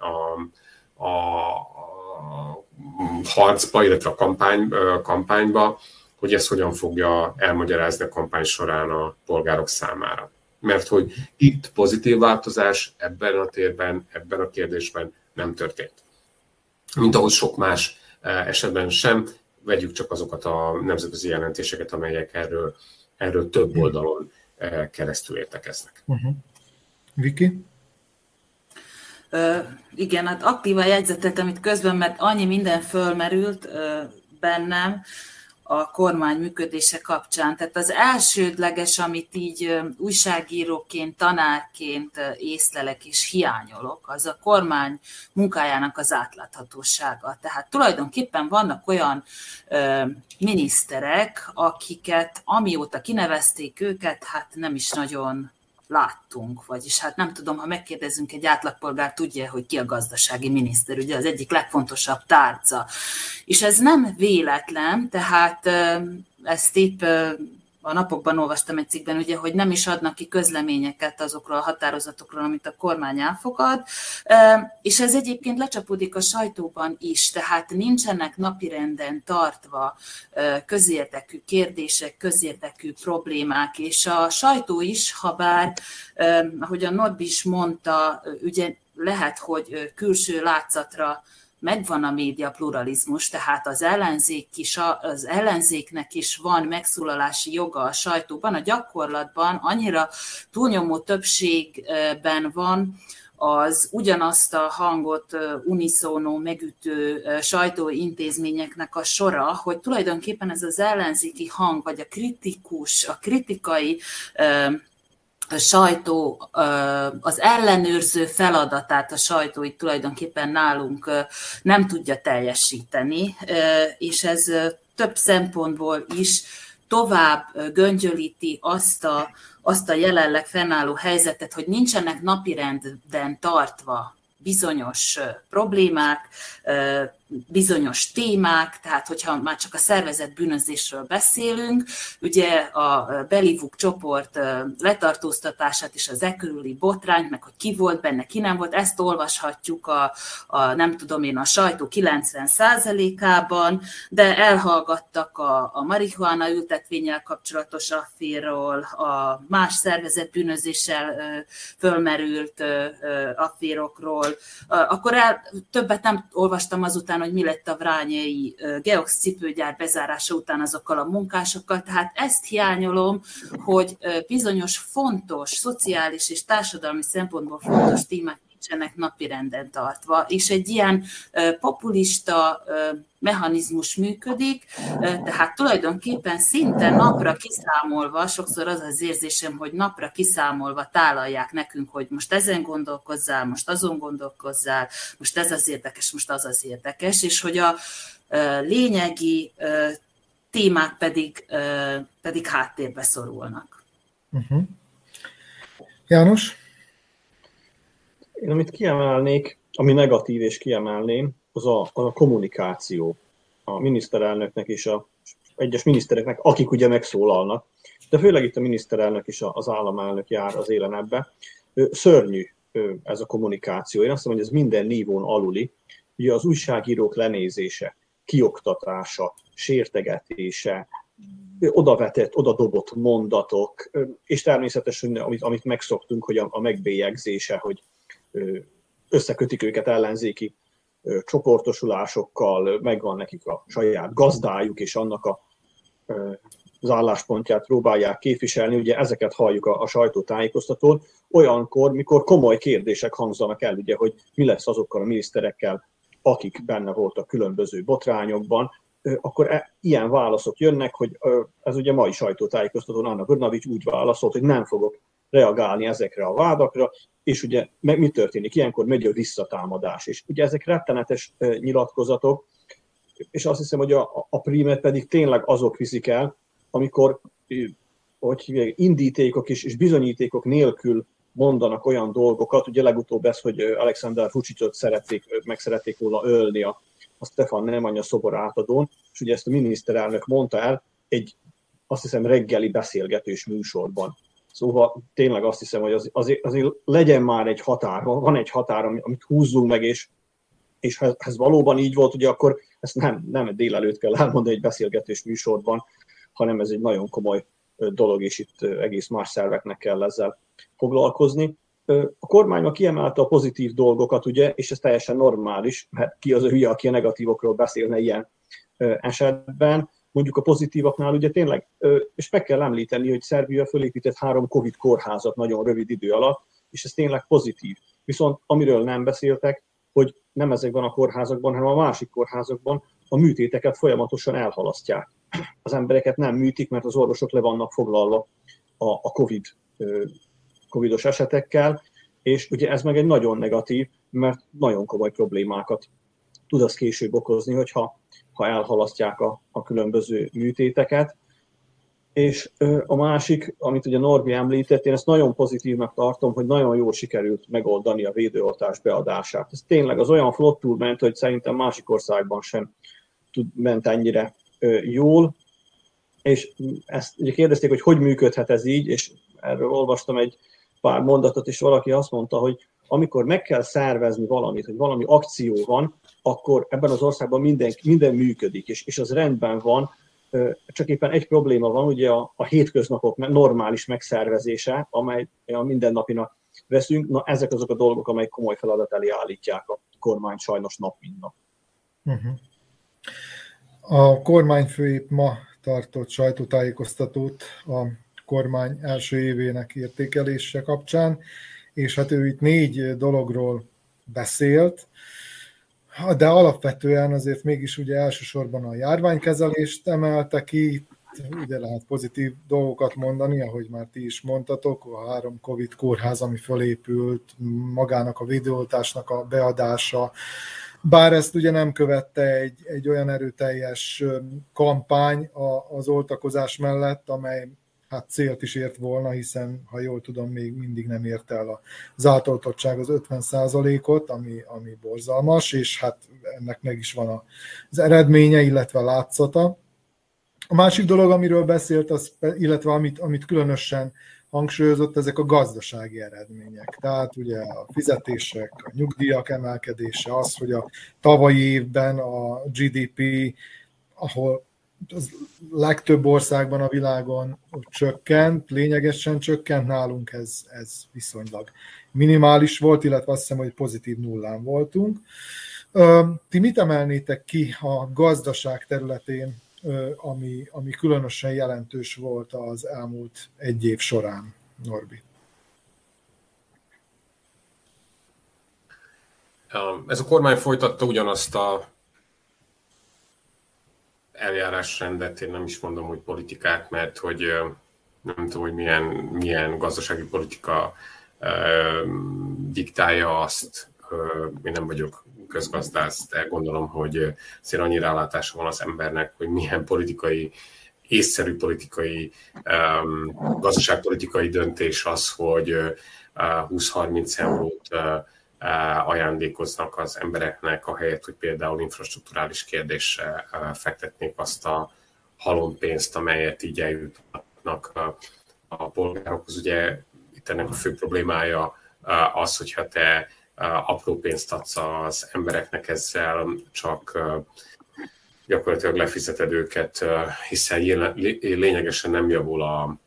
[SPEAKER 3] a harcba, illetve a kampányba, hogy ezt hogyan fogja elmagyarázni a kampány során a polgárok számára. Mert hogy itt pozitív változás ebben a térben, ebben a kérdésben nem történt. Mint ahogy sok más esetben sem. Vegyük csak azokat a nemzetközi jelentéseket, amelyek erről több oldalon keresztül értekeznek.
[SPEAKER 1] Viki?
[SPEAKER 2] Igen, hát aktívan jegyzeteltem itt közben, mert annyi minden fölmerült bennem. a kormány működése kapcsán. Tehát az elsődleges, amit így újságíróként, tanárként észlelek és hiányolok, az a kormány munkájának az átláthatósága. Tehát tulajdonképpen vannak olyan miniszterek, akiket amióta kinevezték őket, hát nem is nagyon láttunk, vagyis hát nem tudom, ha megkérdezünk egy átlagpolgár, tudja, hogy ki a gazdasági miniszter, ugye az egyik legfontosabb tárca. És ez nem véletlen, tehát ezt épp a napokban olvastam egy cikkben, ugye, hogy nem is adnak ki közleményeket azokról a határozatokról, amit a kormány elfogad, és ez egyébként lecsapódik a sajtóban is, tehát nincsenek napirenden tartva közérdekű kérdések, közérdekű problémák, és a sajtó is, habár, ahogy a Norbi is mondta, ugye lehet, hogy külső látszatra megvan a média pluralizmus, tehát az ellenzéknek is van megszólalási joga a sajtóban, a gyakorlatban annyira túlnyomó többségben van az ugyanazt a hangot uniszónó megütő sajtóintézményeknek a sora, hogy tulajdonképpen ez az ellenzéki hang, vagy a kritikai a sajtó, az ellenőrző feladatát a sajtó itt tulajdonképpen nálunk nem tudja teljesíteni, és ez több szempontból is tovább göngyölíti azt a jelenleg fennálló helyzetet, hogy nincsenek napirenden tartva bizonyos problémák, bizonyos témák, tehát hogyha már csak a szervezett bűnözésről beszélünk, ugye a Belivuk csoport letartóztatását és az körüli botrányt, meg hogy ki volt benne, ki nem volt, ezt olvashatjuk nem tudom én, a sajtó 90%-ában, de elhallgattak a marihuána ültetvényel kapcsolatos afférról, a más szervezett bűnözéssel fölmerült afférokról, akkor többet nem olvastam azután, hogy mi lett a vrányai Geox cipőgyár bezárása után azokkal a munkásokkal. Tehát ezt hiányolom, hogy bizonyos fontos, szociális és társadalmi szempontból fontos témák nincsenek napirenden tartva, és egy ilyen populista mechanizmus működik, tehát tulajdonképpen szinte napra kiszámolva, sokszor az az érzésem, hogy napra kiszámolva tálalják nekünk, hogy most ezen gondolkozzál, most azon gondolkozzál, most ez az érdekes, most az az érdekes, és hogy a lényegi témák pedig háttérbe szorulnak.
[SPEAKER 1] Uh-huh. János?
[SPEAKER 4] Én amit kiemelnék, ami negatív és kiemelném, az a kommunikáció a miniszterelnöknek és az egyes minisztereknek, akik ugye megszólalnak, de főleg itt a miniszterelnök és az államelnök jár az élen ebbe. Szörnyű ez a kommunikáció. Én azt mondom, hogy ez minden nívón aluli. Ugye az újságírók lenézése, kioktatása, sértegetése, odavetett, odadobott mondatok, és természetesen, amit megszoktunk, hogy a megbélyegzése, hogy összekötik őket ellenzéki csoportosulásokkal, megvan nekik a saját gazdájuk, és annak az álláspontját próbálják képviselni. Ugye ezeket halljuk a sajtótájékoztatón, olyankor, mikor komoly kérdések hangzanak el, ugye, hogy mi lesz azokkal a miniszterekkel, akik benne voltak különböző botrányokban, akkor ilyen válaszok jönnek, hogy ez ugye mai sajtótájékoztatón Anna Brnabics úgy válaszolt, hogy nem fogok reagálni ezekre a vádakra, és ugye mi történik? Ilyenkor megy a visszatámadás. És ugye ezek rettenetes nyilatkozatok, és azt hiszem, hogy a prímet pedig tényleg azok viszik el, amikor indítékok és bizonyítékok nélkül mondanak olyan dolgokat, ugye legutóbb ez, hogy Alexander Vučićot meg szerették volna ölni a Stefan Nemanja szobor átadón, és ugye ezt a miniszterelnök mondta el egy, azt hiszem, reggeli beszélgetős műsorban. Szóval tényleg azt hiszem, hogy azért legyen már egy határ, van egy határ, amit húzzunk meg, és ha ez valóban így volt, ugye akkor ezt nem délelőtt kell elmondani egy beszélgetős műsorban, hanem ez egy nagyon komoly dolog, és itt egész más szerveknek kell ezzel foglalkozni. A kormány ma kiemelte a pozitív dolgokat, ugye, és ez teljesen normális, mert ki az a hülye, aki a negatívokról beszélne ilyen esetben. Mondjuk a pozitívaknál ugye tényleg, és meg kell említeni, hogy Szerbia fölépített 3 Covid kórházat nagyon rövid idő alatt, és ez tényleg pozitív. Viszont amiről nem beszéltek, hogy nem ezekben a kórházakban, hanem a másik kórházakban a műtéteket folyamatosan elhalasztják. az embereket nem műtik, mert az orvosok le vannak foglalva a covidos esetekkel, és ugye ez meg egy nagyon negatív, mert nagyon komoly problémákat tud az később okozni, hogyha elhalasztják a különböző műtéteket. És a másik, amit ugye Norbi említett, én ezt nagyon pozitívnak tartom, hogy nagyon jól sikerült megoldani a védőoltás beadását. Ez tényleg az olyan flottul ment, hogy szerintem másik országban sem ment ennyire jól. És ezt ugye kérdezték, hogy működhet ez így, és erről olvastam egy pár mondatot, és valaki azt mondta, hogy amikor meg kell szervezni valamit, hogy valami akció van, akkor ebben az országban minden működik, és az rendben van, csak éppen egy probléma van, ugye a hétköznapok normális megszervezése, amely a mindennapinak veszünk, na ezek azok a dolgok, amelyek komoly feladat elé állítják a kormány sajnos nap mint nap.
[SPEAKER 1] A kormányfő épp ma tartott sajtótájékoztatót a kormány első évének értékelése kapcsán, és hát ő itt 4 dologról beszélt, de alapvetően azért mégis ugye elsősorban a járványkezelést emelte ki, ugye lehet pozitív dolgokat mondani, ahogy már ti is mondtatok, a 3 Covid kórház, ami fölépült, magának a védőoltásnak a beadása, bár ezt ugye nem követte egy olyan erőteljes kampány az oltakozás mellett, amely hát célt is ért volna, hiszen, ha jól tudom, még mindig nem ért el az átoltottság az 50%-ot, ami borzalmas, és hát ennek meg is van az eredménye, illetve látszata. A másik dolog, amiről beszélt, illetve amit különösen hangsúlyozott, ezek a gazdasági eredmények. Tehát ugye a fizetések, a nyugdíjak emelkedése, az, hogy a tavalyi évben a GDP, ahol az legtöbb országban a világon csökkent, lényegesen csökkent, nálunk ez viszonylag minimális volt, illetve azt hiszem, hogy pozitív nullán voltunk. Ti mit emelnétek ki a gazdaság területén, ami különösen jelentős volt az elmúlt 1 év során, Norbi?
[SPEAKER 3] Ez a kormány folytatta ugyanazt a eljárásrendet, én nem is mondom, hogy politikát, mert hogy nem tudom, hogy milyen gazdasági politika diktálja azt. Én nem vagyok közgazdász, de gondolom, hogy azért annyi rálátása van az embernek, hogy milyen észszerű politikai, gazdaságpolitikai döntés az, hogy 20-30 eurót ajándékoznak az embereknek, ahelyett, hogy például infrastrukturális kérdésre fektetnék azt a halompénzt, amelyet így eljutnak a polgárokhoz. Ugye itt ennek a fő problémája az, hogyha te apró pénzt adsz az embereknek, ezzel csak gyakorlatilag lefizeted őket, hiszen lényegesen nem javul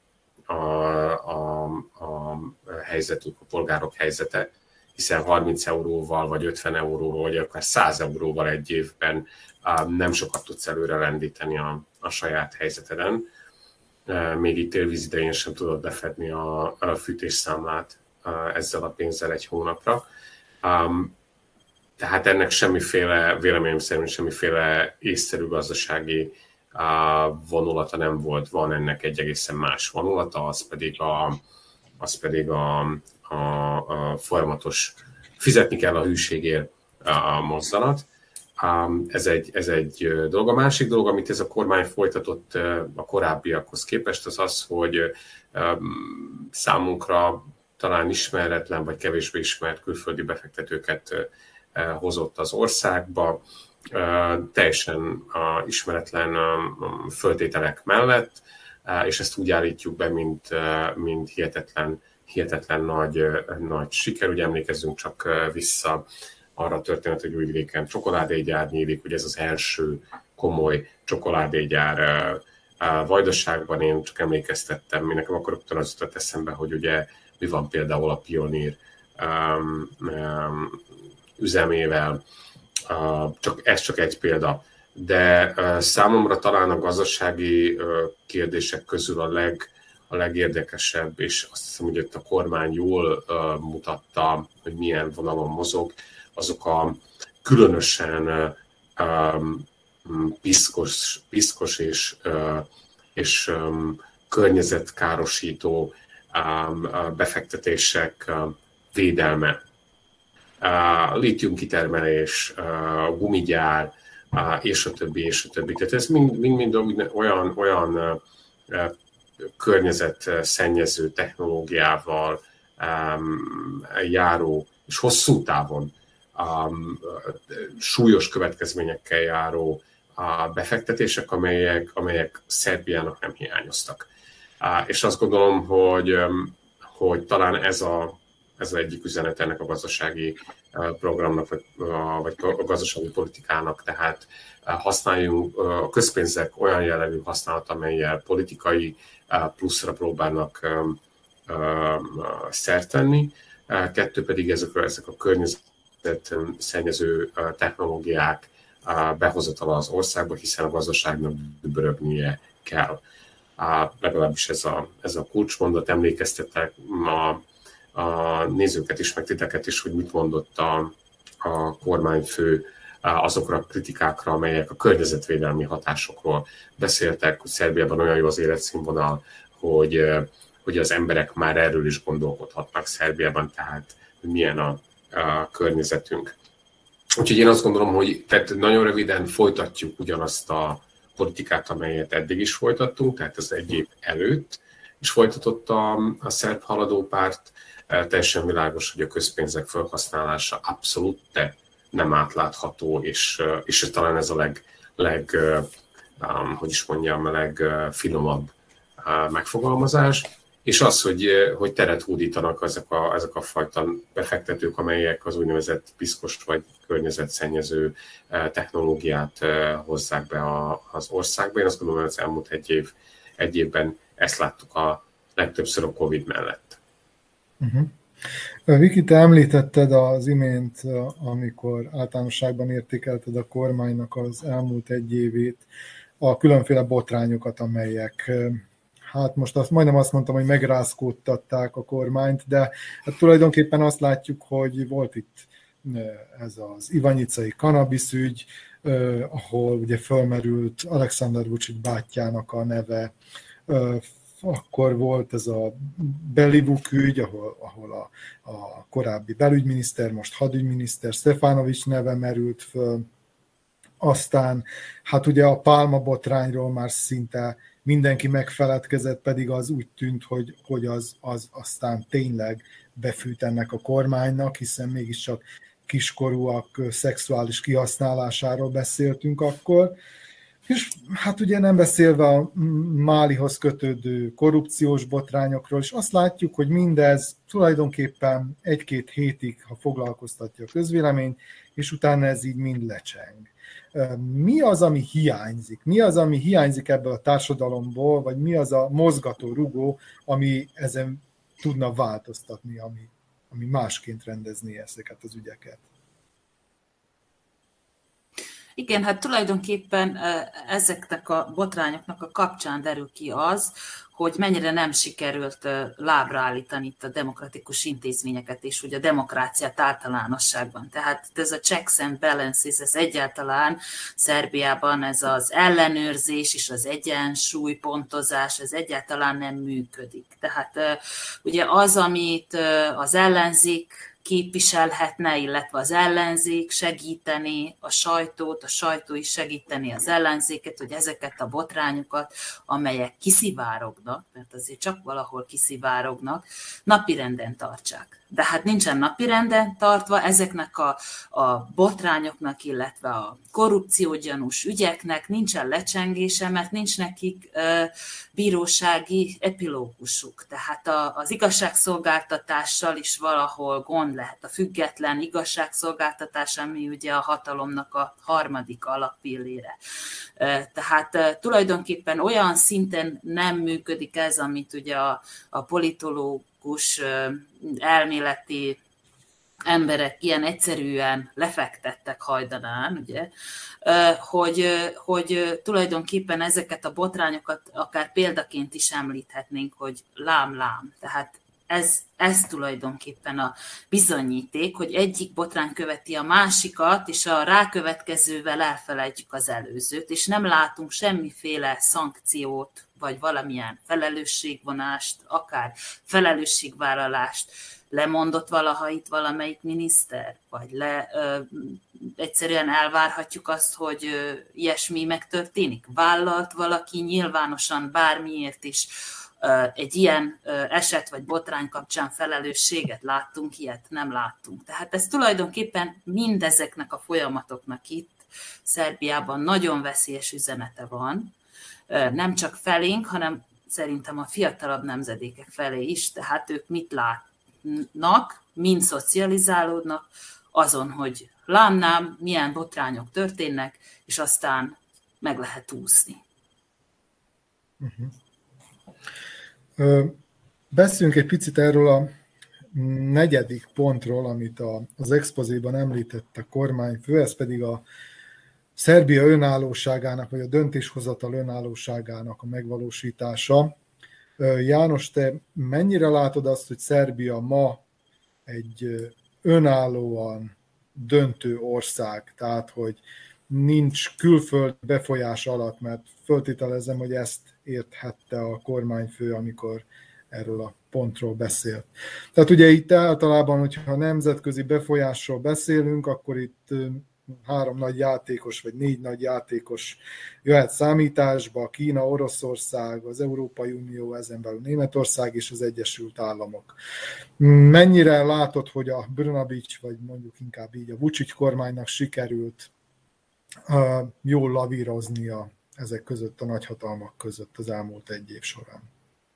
[SPEAKER 3] a helyzetük, a polgárok helyzete, hiszen 30 euróval, vagy 50 euróval, vagy akár 100 euróval egy évben nem sokat tudsz előre lendíteni a saját helyzeteden. Még itt élvíz idején sem tudod befedni a fűtésszámlát ezzel a pénzzel egy hónapra. Tehát ennek semmiféle, véleményem szerint semmiféle észszerű gazdasági vonulata nem volt. Van ennek egy egészen más vonulata, az pedig a folyamatos fizetni kell a hűségért a mozzanat. Ez egy dolog. A másik dolog, amit ez a kormány folytatott a korábbiakhoz képest, az az, hogy számunkra talán ismeretlen vagy kevésbé ismert külföldi befektetőket hozott az országba, teljesen ismeretlen föltételek mellett, és ezt úgy állítjuk be, mint hihetetlen nagy siker. Ugye emlékezzünk csak vissza arra a történet, hogy Újvidéken csokoládégyár nyílik, ugye ez az első komoly csokoládégyár Vajdaságban. Én csak emlékeztettem, nekem akkor rögtön az jutott eszembe, hogy ugye mi van például a Pioneer üzemével, ez csak egy példa. De számomra talán a gazdasági kérdések közül a legérdekesebb, és azt hiszem, hogy itt a kormány jól mutatta, hogy milyen vonalon mozog, azok a különösen piszkos és környezetkárosító befektetések védelme, lítiumkitermelés, gumigyár, és a többi, és a többi. Tehát ez mind olyan környezetszennyező technológiával járó, és hosszú távon súlyos következményekkel járó befektetések, amelyek Szerbiának nem hiányoztak. És azt gondolom, hogy talán ez az egyik üzenet ennek a gazdasági programnak, vagy a gazdasági politikának, tehát használjunk a közpénzek olyan jellegű használat, amellyel politikai pluszra próbálnak szert tenni. Kettő pedig ezek a környezetszennyező technológiák behozatala az országba, hiszen a gazdaságnak dübörögnie kell. Legalábbis ez a kulcsmondat. Emlékeztetek a nézőket is, meg titeket is, hogy mit mondott a kormányfő azokra a kritikákra, amelyek a környezetvédelmi hatásokról beszéltek, hogy Szerbiában olyan jó az életszínvonal, hogy az emberek már erről is gondolkodhatnak Szerbiában, tehát milyen a környezetünk. Úgyhogy én azt gondolom, hogy tehát nagyon röviden folytatjuk ugyanazt a politikát, amelyet eddig is folytattunk, tehát az egy év előtt is folytatott a szerb haladópárt. Teljesen világos, hogy a közpénzek felhasználása abszolút nem átlátható, és talán ez a legfinomabb megfogalmazás, és az, hogy teret hódítanak ezek a fajta befektetők, amelyek az úgynevezett piszkos vagy környezetszennyező technológiát hozzák be az országba. Én azt gondolom, hogy az elmúlt egy évben ezt láttuk a legtöbbször a Covid mellett.
[SPEAKER 1] Viki, te említetted az imént, amikor általánosságban értékelted a kormánynak az elmúlt egy évét, a különféle botrányokat, amelyek, hát most majdnem azt mondtam, hogy megrázkódtatták a kormányt, de hát tulajdonképpen azt látjuk, hogy volt itt ez az ivanyicai kanabiszügy, ahol ugye fölmerült Alexander Vučić bátyjának a neve, akkor volt ez a Belivuk ügy, ahol a korábbi belügyminiszter, most hadügyminiszter Stefanović neve merült föl. Aztán hát ugye a Palma botrányról már szinte mindenki megfeledkezett, pedig az úgy tűnt, hogy az aztán tényleg befűt ennek a kormánynak, hiszen mégiscsak kiskorúak szexuális kihasználásáról beszéltünk akkor. És hát ugye nem beszélve a Málihoz kötődő korrupciós botrányokról, és azt látjuk, hogy mindez tulajdonképpen 1-2 hétig, ha foglalkoztatja a közvéleményt, és utána ez így mind lecseng. Mi az, ami hiányzik? Mi az, ami hiányzik ebből a társadalomból, vagy mi az a mozgató rugó, ami ezen tudna változtatni, ami másként rendezni ezeket az ügyeket?
[SPEAKER 2] Igen, hát tulajdonképpen ezeknek a botrányoknak a kapcsán derül ki az, hogy mennyire nem sikerült lábra állítani itt a demokratikus intézményeket és ugye a demokráciát általánosságban. Tehát ez a checks and balances, ez egyáltalán Szerbiában ez az ellenőrzés és az egyensúlypontozás, ez egyáltalán nem működik. Tehát ugye az, amit az ellenzék képviselhetne, illetve az ellenzék segíteni a sajtót, a sajtó is segíteni az ellenzéket, hogy ezeket a botrányokat, amelyek kiszivárognak, mert azért csak valahol kiszivárognak, napirenden tartsák. De hát nincsen napirenden tartva ezeknek a botrányoknak, illetve a korrupciógyanús ügyeknek nincsen lecsengése, mert nincs nekik bírósági epilógusuk. Tehát az igazságszolgáltatással is valahol gond lehet. A független igazságszolgáltatás, ami ugye a hatalomnak a harmadik alappillére. Tehát tulajdonképpen olyan szinten nem működik ez, amit ugye a politológus elméleti emberek ilyen egyszerűen lefektettek hajdanán, ugye, hogy tulajdonképpen ezeket a botrányokat akár példaként is említhetnénk, hogy lám-lám. Tehát ez tulajdonképpen a bizonyíték, hogy egyik botrány követi a másikat, és a rákövetkezővel elfelejtjük az előzőt, és nem látunk semmiféle szankciót, vagy valamilyen felelősségvonást, akár felelősségvállalást. Lemondott valaha itt valamelyik miniszter? Vagy egyszerűen elvárhatjuk azt, hogy ilyesmi megtörténik? Vállalt valaki nyilvánosan bármiért is egy ilyen eset vagy botrány kapcsán felelősséget? Láttunk ilyet? Nem láttunk. Tehát ez tulajdonképpen mindezeknek a folyamatoknak itt Szerbiában nagyon veszélyes üzenete van. Nem csak felénk, hanem szerintem a fiatalabb nemzedékek felé is. Tehát ők mit látnak, mind szocializálódnak azon, hogy lám, milyen botrányok történnek, és aztán meg lehet úszni.
[SPEAKER 1] Beszéljünk egy picit erről a negyedik pontról, amit az expozéban említett a kormányfő, ez pedig a Szerbia önállóságának, vagy a döntéshozatal önállóságának a megvalósítása. János, te mennyire látod azt, hogy Szerbia ma egy önállóan döntő ország, tehát hogy nincs külföld befolyás alatt, mert föltételezem, hogy ezt érthette a kormányfő, amikor erről a pontról beszélt. Tehát ugye itt általában, hogyha nemzetközi befolyásról beszélünk, akkor itt 3 nagy játékos, vagy 4 nagy játékos jöhet számításba, Kína, Oroszország, az Európai Unió, ezen belül Németország és az Egyesült Államok. Mennyire látod, hogy a Brnabić, vagy mondjuk inkább így a Vučić kormánynak sikerült jól lavíroznia ezek között, a nagyhatalmak között az elmúlt 1 év során?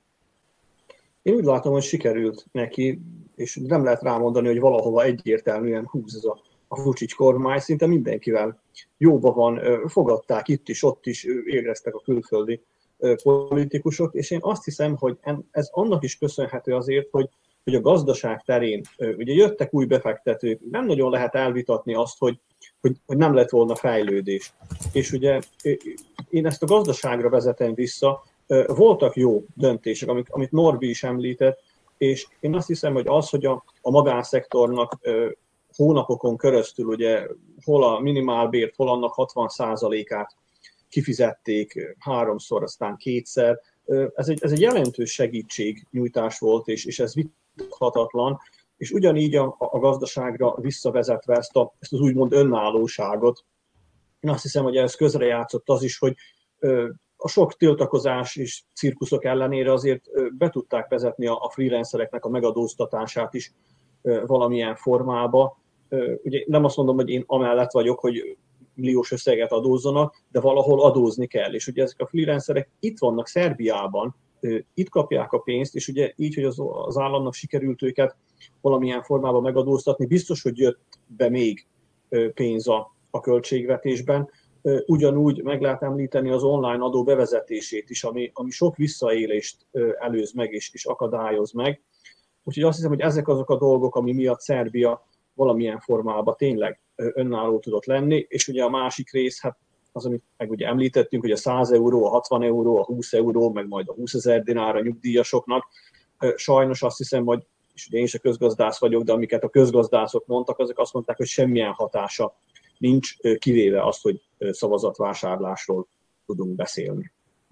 [SPEAKER 4] Én úgy látom, hogy sikerült neki, és nem lehet rámondani, hogy valahova egyértelműen húz ez a Vučić kormány, szinte mindenkivel jóban van, fogadták itt is, ott is, éreztek a külföldi politikusok, és én azt hiszem, hogy ez annak is köszönhető azért, hogy a gazdaság terén, ugye jöttek új befektetők, nem nagyon lehet elvitatni azt, hogy nem lett volna fejlődés. És ugye én ezt a gazdaságra vezetem vissza, voltak jó döntések, amit Norbi is említett, és én azt hiszem, hogy az, hogy a magánszektornak hónapokon keresztül, ugye hol a minimálbért, hol annak 60%-át kifizették 3-szor, aztán 2-szer, ez egy jelentős segítségnyújtás volt, és ez vitathatatlan, és ugyanígy a gazdaságra visszavezetve ezt az úgymond önállóságot, én azt hiszem, hogy ez közrejátszott az is, hogy a sok tiltakozás és cirkuszok ellenére azért be tudták vezetni a freelancereknek a megadóztatását is valamilyen formába. Ugye nem azt mondom, hogy én amellett vagyok, hogy milliós összeget adózzanak, de valahol adózni kell. És ugye ezek a freelancerek itt vannak Szerbiában, itt kapják a pénzt, és ugye így, hogy az államnak sikerült őket valamilyen formában megadóztatni, biztos, hogy jött be még pénz a költségvetésben. Ugyanúgy meg lehet említeni az online adó bevezetését is, ami sok visszaélést előz meg és akadályoz meg. Úgyhogy azt hiszem, hogy ezek azok a dolgok, ami miatt Szerbia valamilyen formában tényleg önálló tudott lenni, és ugye a másik rész, hát az, amit meg ugye említettünk, hogy a 100 euró, a 60 euró, a 20 euró, meg majd a 20 000 dinár a nyugdíjasoknak. Sajnos azt hiszem, hogy, és ugye én is a közgazdász vagyok, de amiket a közgazdászok mondtak, azok azt mondták, hogy semmilyen hatása nincs, kivéve azt, hogy szavazatvásárlásról tudunk beszélni.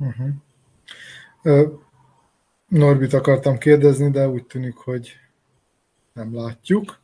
[SPEAKER 1] Norbit akartam kérdezni, de úgy tűnik, hogy nem látjuk.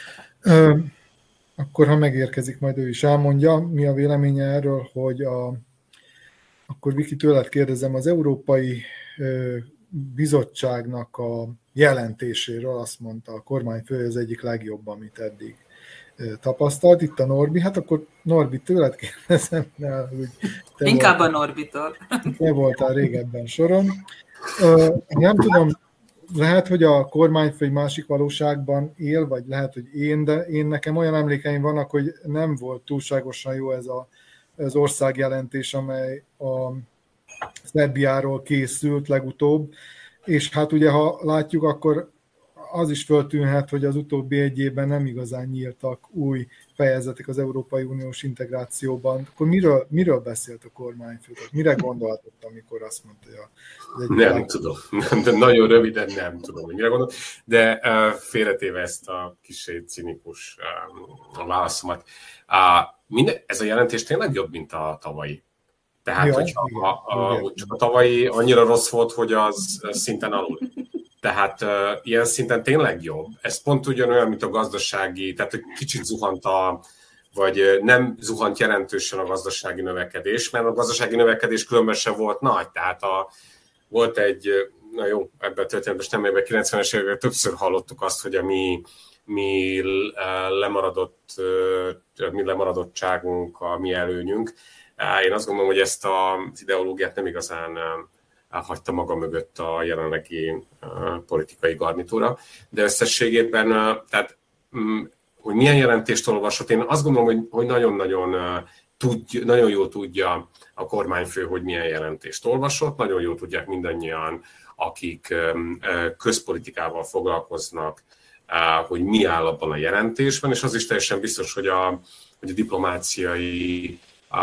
[SPEAKER 1] Akkor, ha megérkezik, majd ő is elmondja, mi a véleménye erről, hogy akkor Viki, tőled kérdezem, az Európai Bizottságnak a jelentéséről azt mondta a kormányfő, az egyik legjobb, amit eddig tapasztalt. Itt a Norbi, hát akkor Norbi, tőled kérdezem.
[SPEAKER 2] Inkább a Norbitól.
[SPEAKER 1] Te voltál régebben soron. Nem tudom, lehet, hogy a kormányfő egy másik valóságban él, vagy lehet, hogy de nekem olyan emlékeim vannak, hogy nem volt túlságosan jó ez az országjelentés, amely a Szerbiáról készült legutóbb, és hát ugye, ha látjuk, akkor az is föltűnhet, hogy az utóbbi 1 évben nem igazán nyíltak új fejezetek az Európai Uniós integrációban, akkor miről beszélt a kormányfő? Mire gondolhatott, amikor azt mondta, hogy
[SPEAKER 3] nem tudom. De nagyon röviden nem tudom, hogy mire gondol. De félretéve ezt a kicsi cinikus válaszomat. Ez a jelentés tényleg jobb, mint a tavalyi. Tehát, hogyha csak a tavalyi annyira rossz volt, hogy az szinten alul. Tehát ilyen szinten tényleg jobb. Ez pont ugyanolyan, mint a gazdasági, tehát hogy kicsit zuhant vagy nem zuhant jelentősen a gazdasági növekedés, mert a gazdasági növekedés különben sem volt nagy. Tehát volt egy, na jó, ebben a történetben nem ebben 90-es években többször hallottuk azt, hogy a mi lemaradottságunk, a mi előnyünk. Én azt gondolom, hogy ezt az ideológiát nem igazán hagyta maga mögött a jelenlegi politikai garnitúra, de összességében, tehát, hogy milyen jelentést olvasott, én azt gondolom, hogy nagyon jól tudja a kormányfő, hogy milyen jelentést olvasott, nagyon jól tudják mindannyian, akik közpolitikával foglalkoznak, hogy mi áll abban a jelentésben, és az is teljesen biztos, hogy a diplomáciai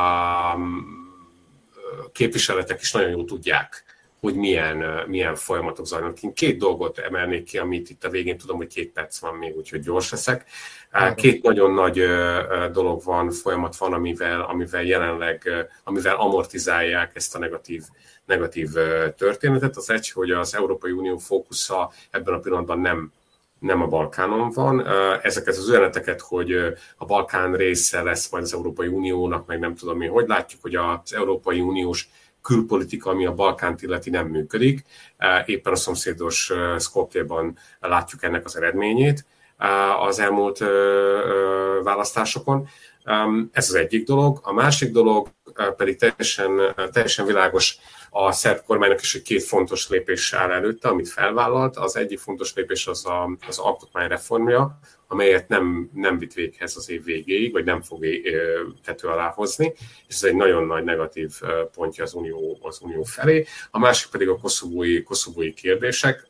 [SPEAKER 3] képviseletek is nagyon jól tudják, hogy milyen folyamatok zajlanak. Én 2 dolgot emelnék ki, amit itt a végén tudom, hogy 2 perc van még, úgyhogy gyors leszek. 2 nagyon nagy folyamat van, amivel jelenleg, amivel amortizálják ezt a negatív történetet. Az egy, hogy az Európai Unió fókusza ebben a pillanatban nem a Balkánon van. Ezeket az üzeneteket, hogy a Balkán része lesz majd az Európai Uniónak, meg nem tudom mi, hogy látjuk, hogy az Európai Uniós külpolitika, ami a Balkánt illeti, nem működik. Éppen a szomszédos Skopjeban látjuk ennek az eredményét az elmúlt választásokon. Ez az egyik dolog. A másik dolog pedig teljesen világos a szerb kormánynak is, hogy 2 fontos lépés áll előtte, amit felvállalt. Az egyik fontos lépés az alkotmány reformja, amelyet nem vitt véghez az év végéig, vagy nem fog tető alá hozni, és ez egy nagyon nagy negatív pontja az unió felé. A másik pedig a koszovói kérdések.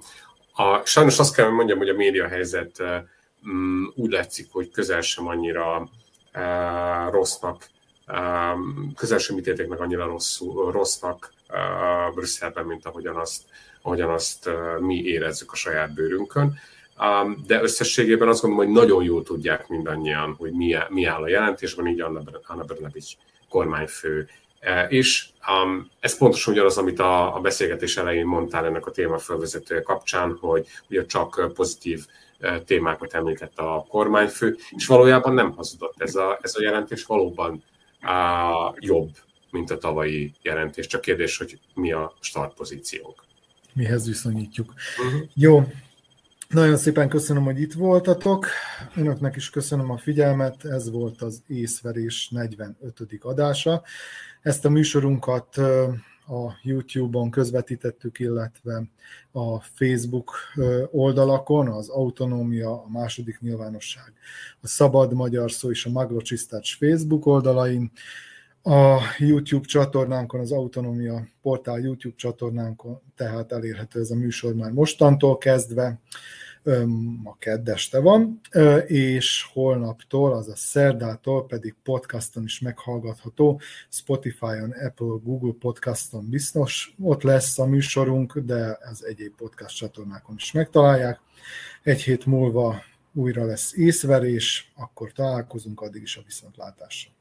[SPEAKER 3] Sajnos azt kell mondjam, hogy a médiahelyzet úgy látszik, hogy közel sem annyira rossznak, közel sem ítélték meg annyira rossznak Brüsszelben, mint ahogyan azt mi érezzük a saját bőrünkön. De összességében azt gondolom, hogy nagyon jól tudják mindannyian, hogy mi áll a jelentésben, így Anna Brnabić kormányfő. És ez pontosan ugyanaz, amit a beszélgetés elején mondtál ennek a témafelvezetője kapcsán, hogy ugye csak pozitív témákat említett a kormányfő, és valójában nem hazudott. Ez a jelentés valóban jobb, mint a tavalyi jelentés. Csak kérdés, hogy mi a startpozíciónk.
[SPEAKER 1] Mihez viszonyítjuk. Jó. Nagyon szépen köszönöm, hogy itt voltatok. Önöknek is köszönöm a figyelmet. Ez volt az Észverés 45. adása. Ezt a műsorunkat a YouTube-on közvetítettük, illetve a Facebook oldalakon, az Autonómia, a Második Nyilvánosság, a Szabad Magyar Szó és a Maglocsisztács Facebook oldalain. A YouTube csatornánkon, az Autonómia portál YouTube csatornánkon, tehát elérhető ez a műsor már mostantól kezdve, ma kedd este van, és holnaptól, azaz szerdától pedig podcaston is meghallgatható, Spotify-on, Apple, Google Podcaston biztos ott lesz a műsorunk, de az egyéb podcast csatornákon is megtalálják. 1 hét múlva újra lesz észverés, akkor találkozunk, addig is a viszontlátásra.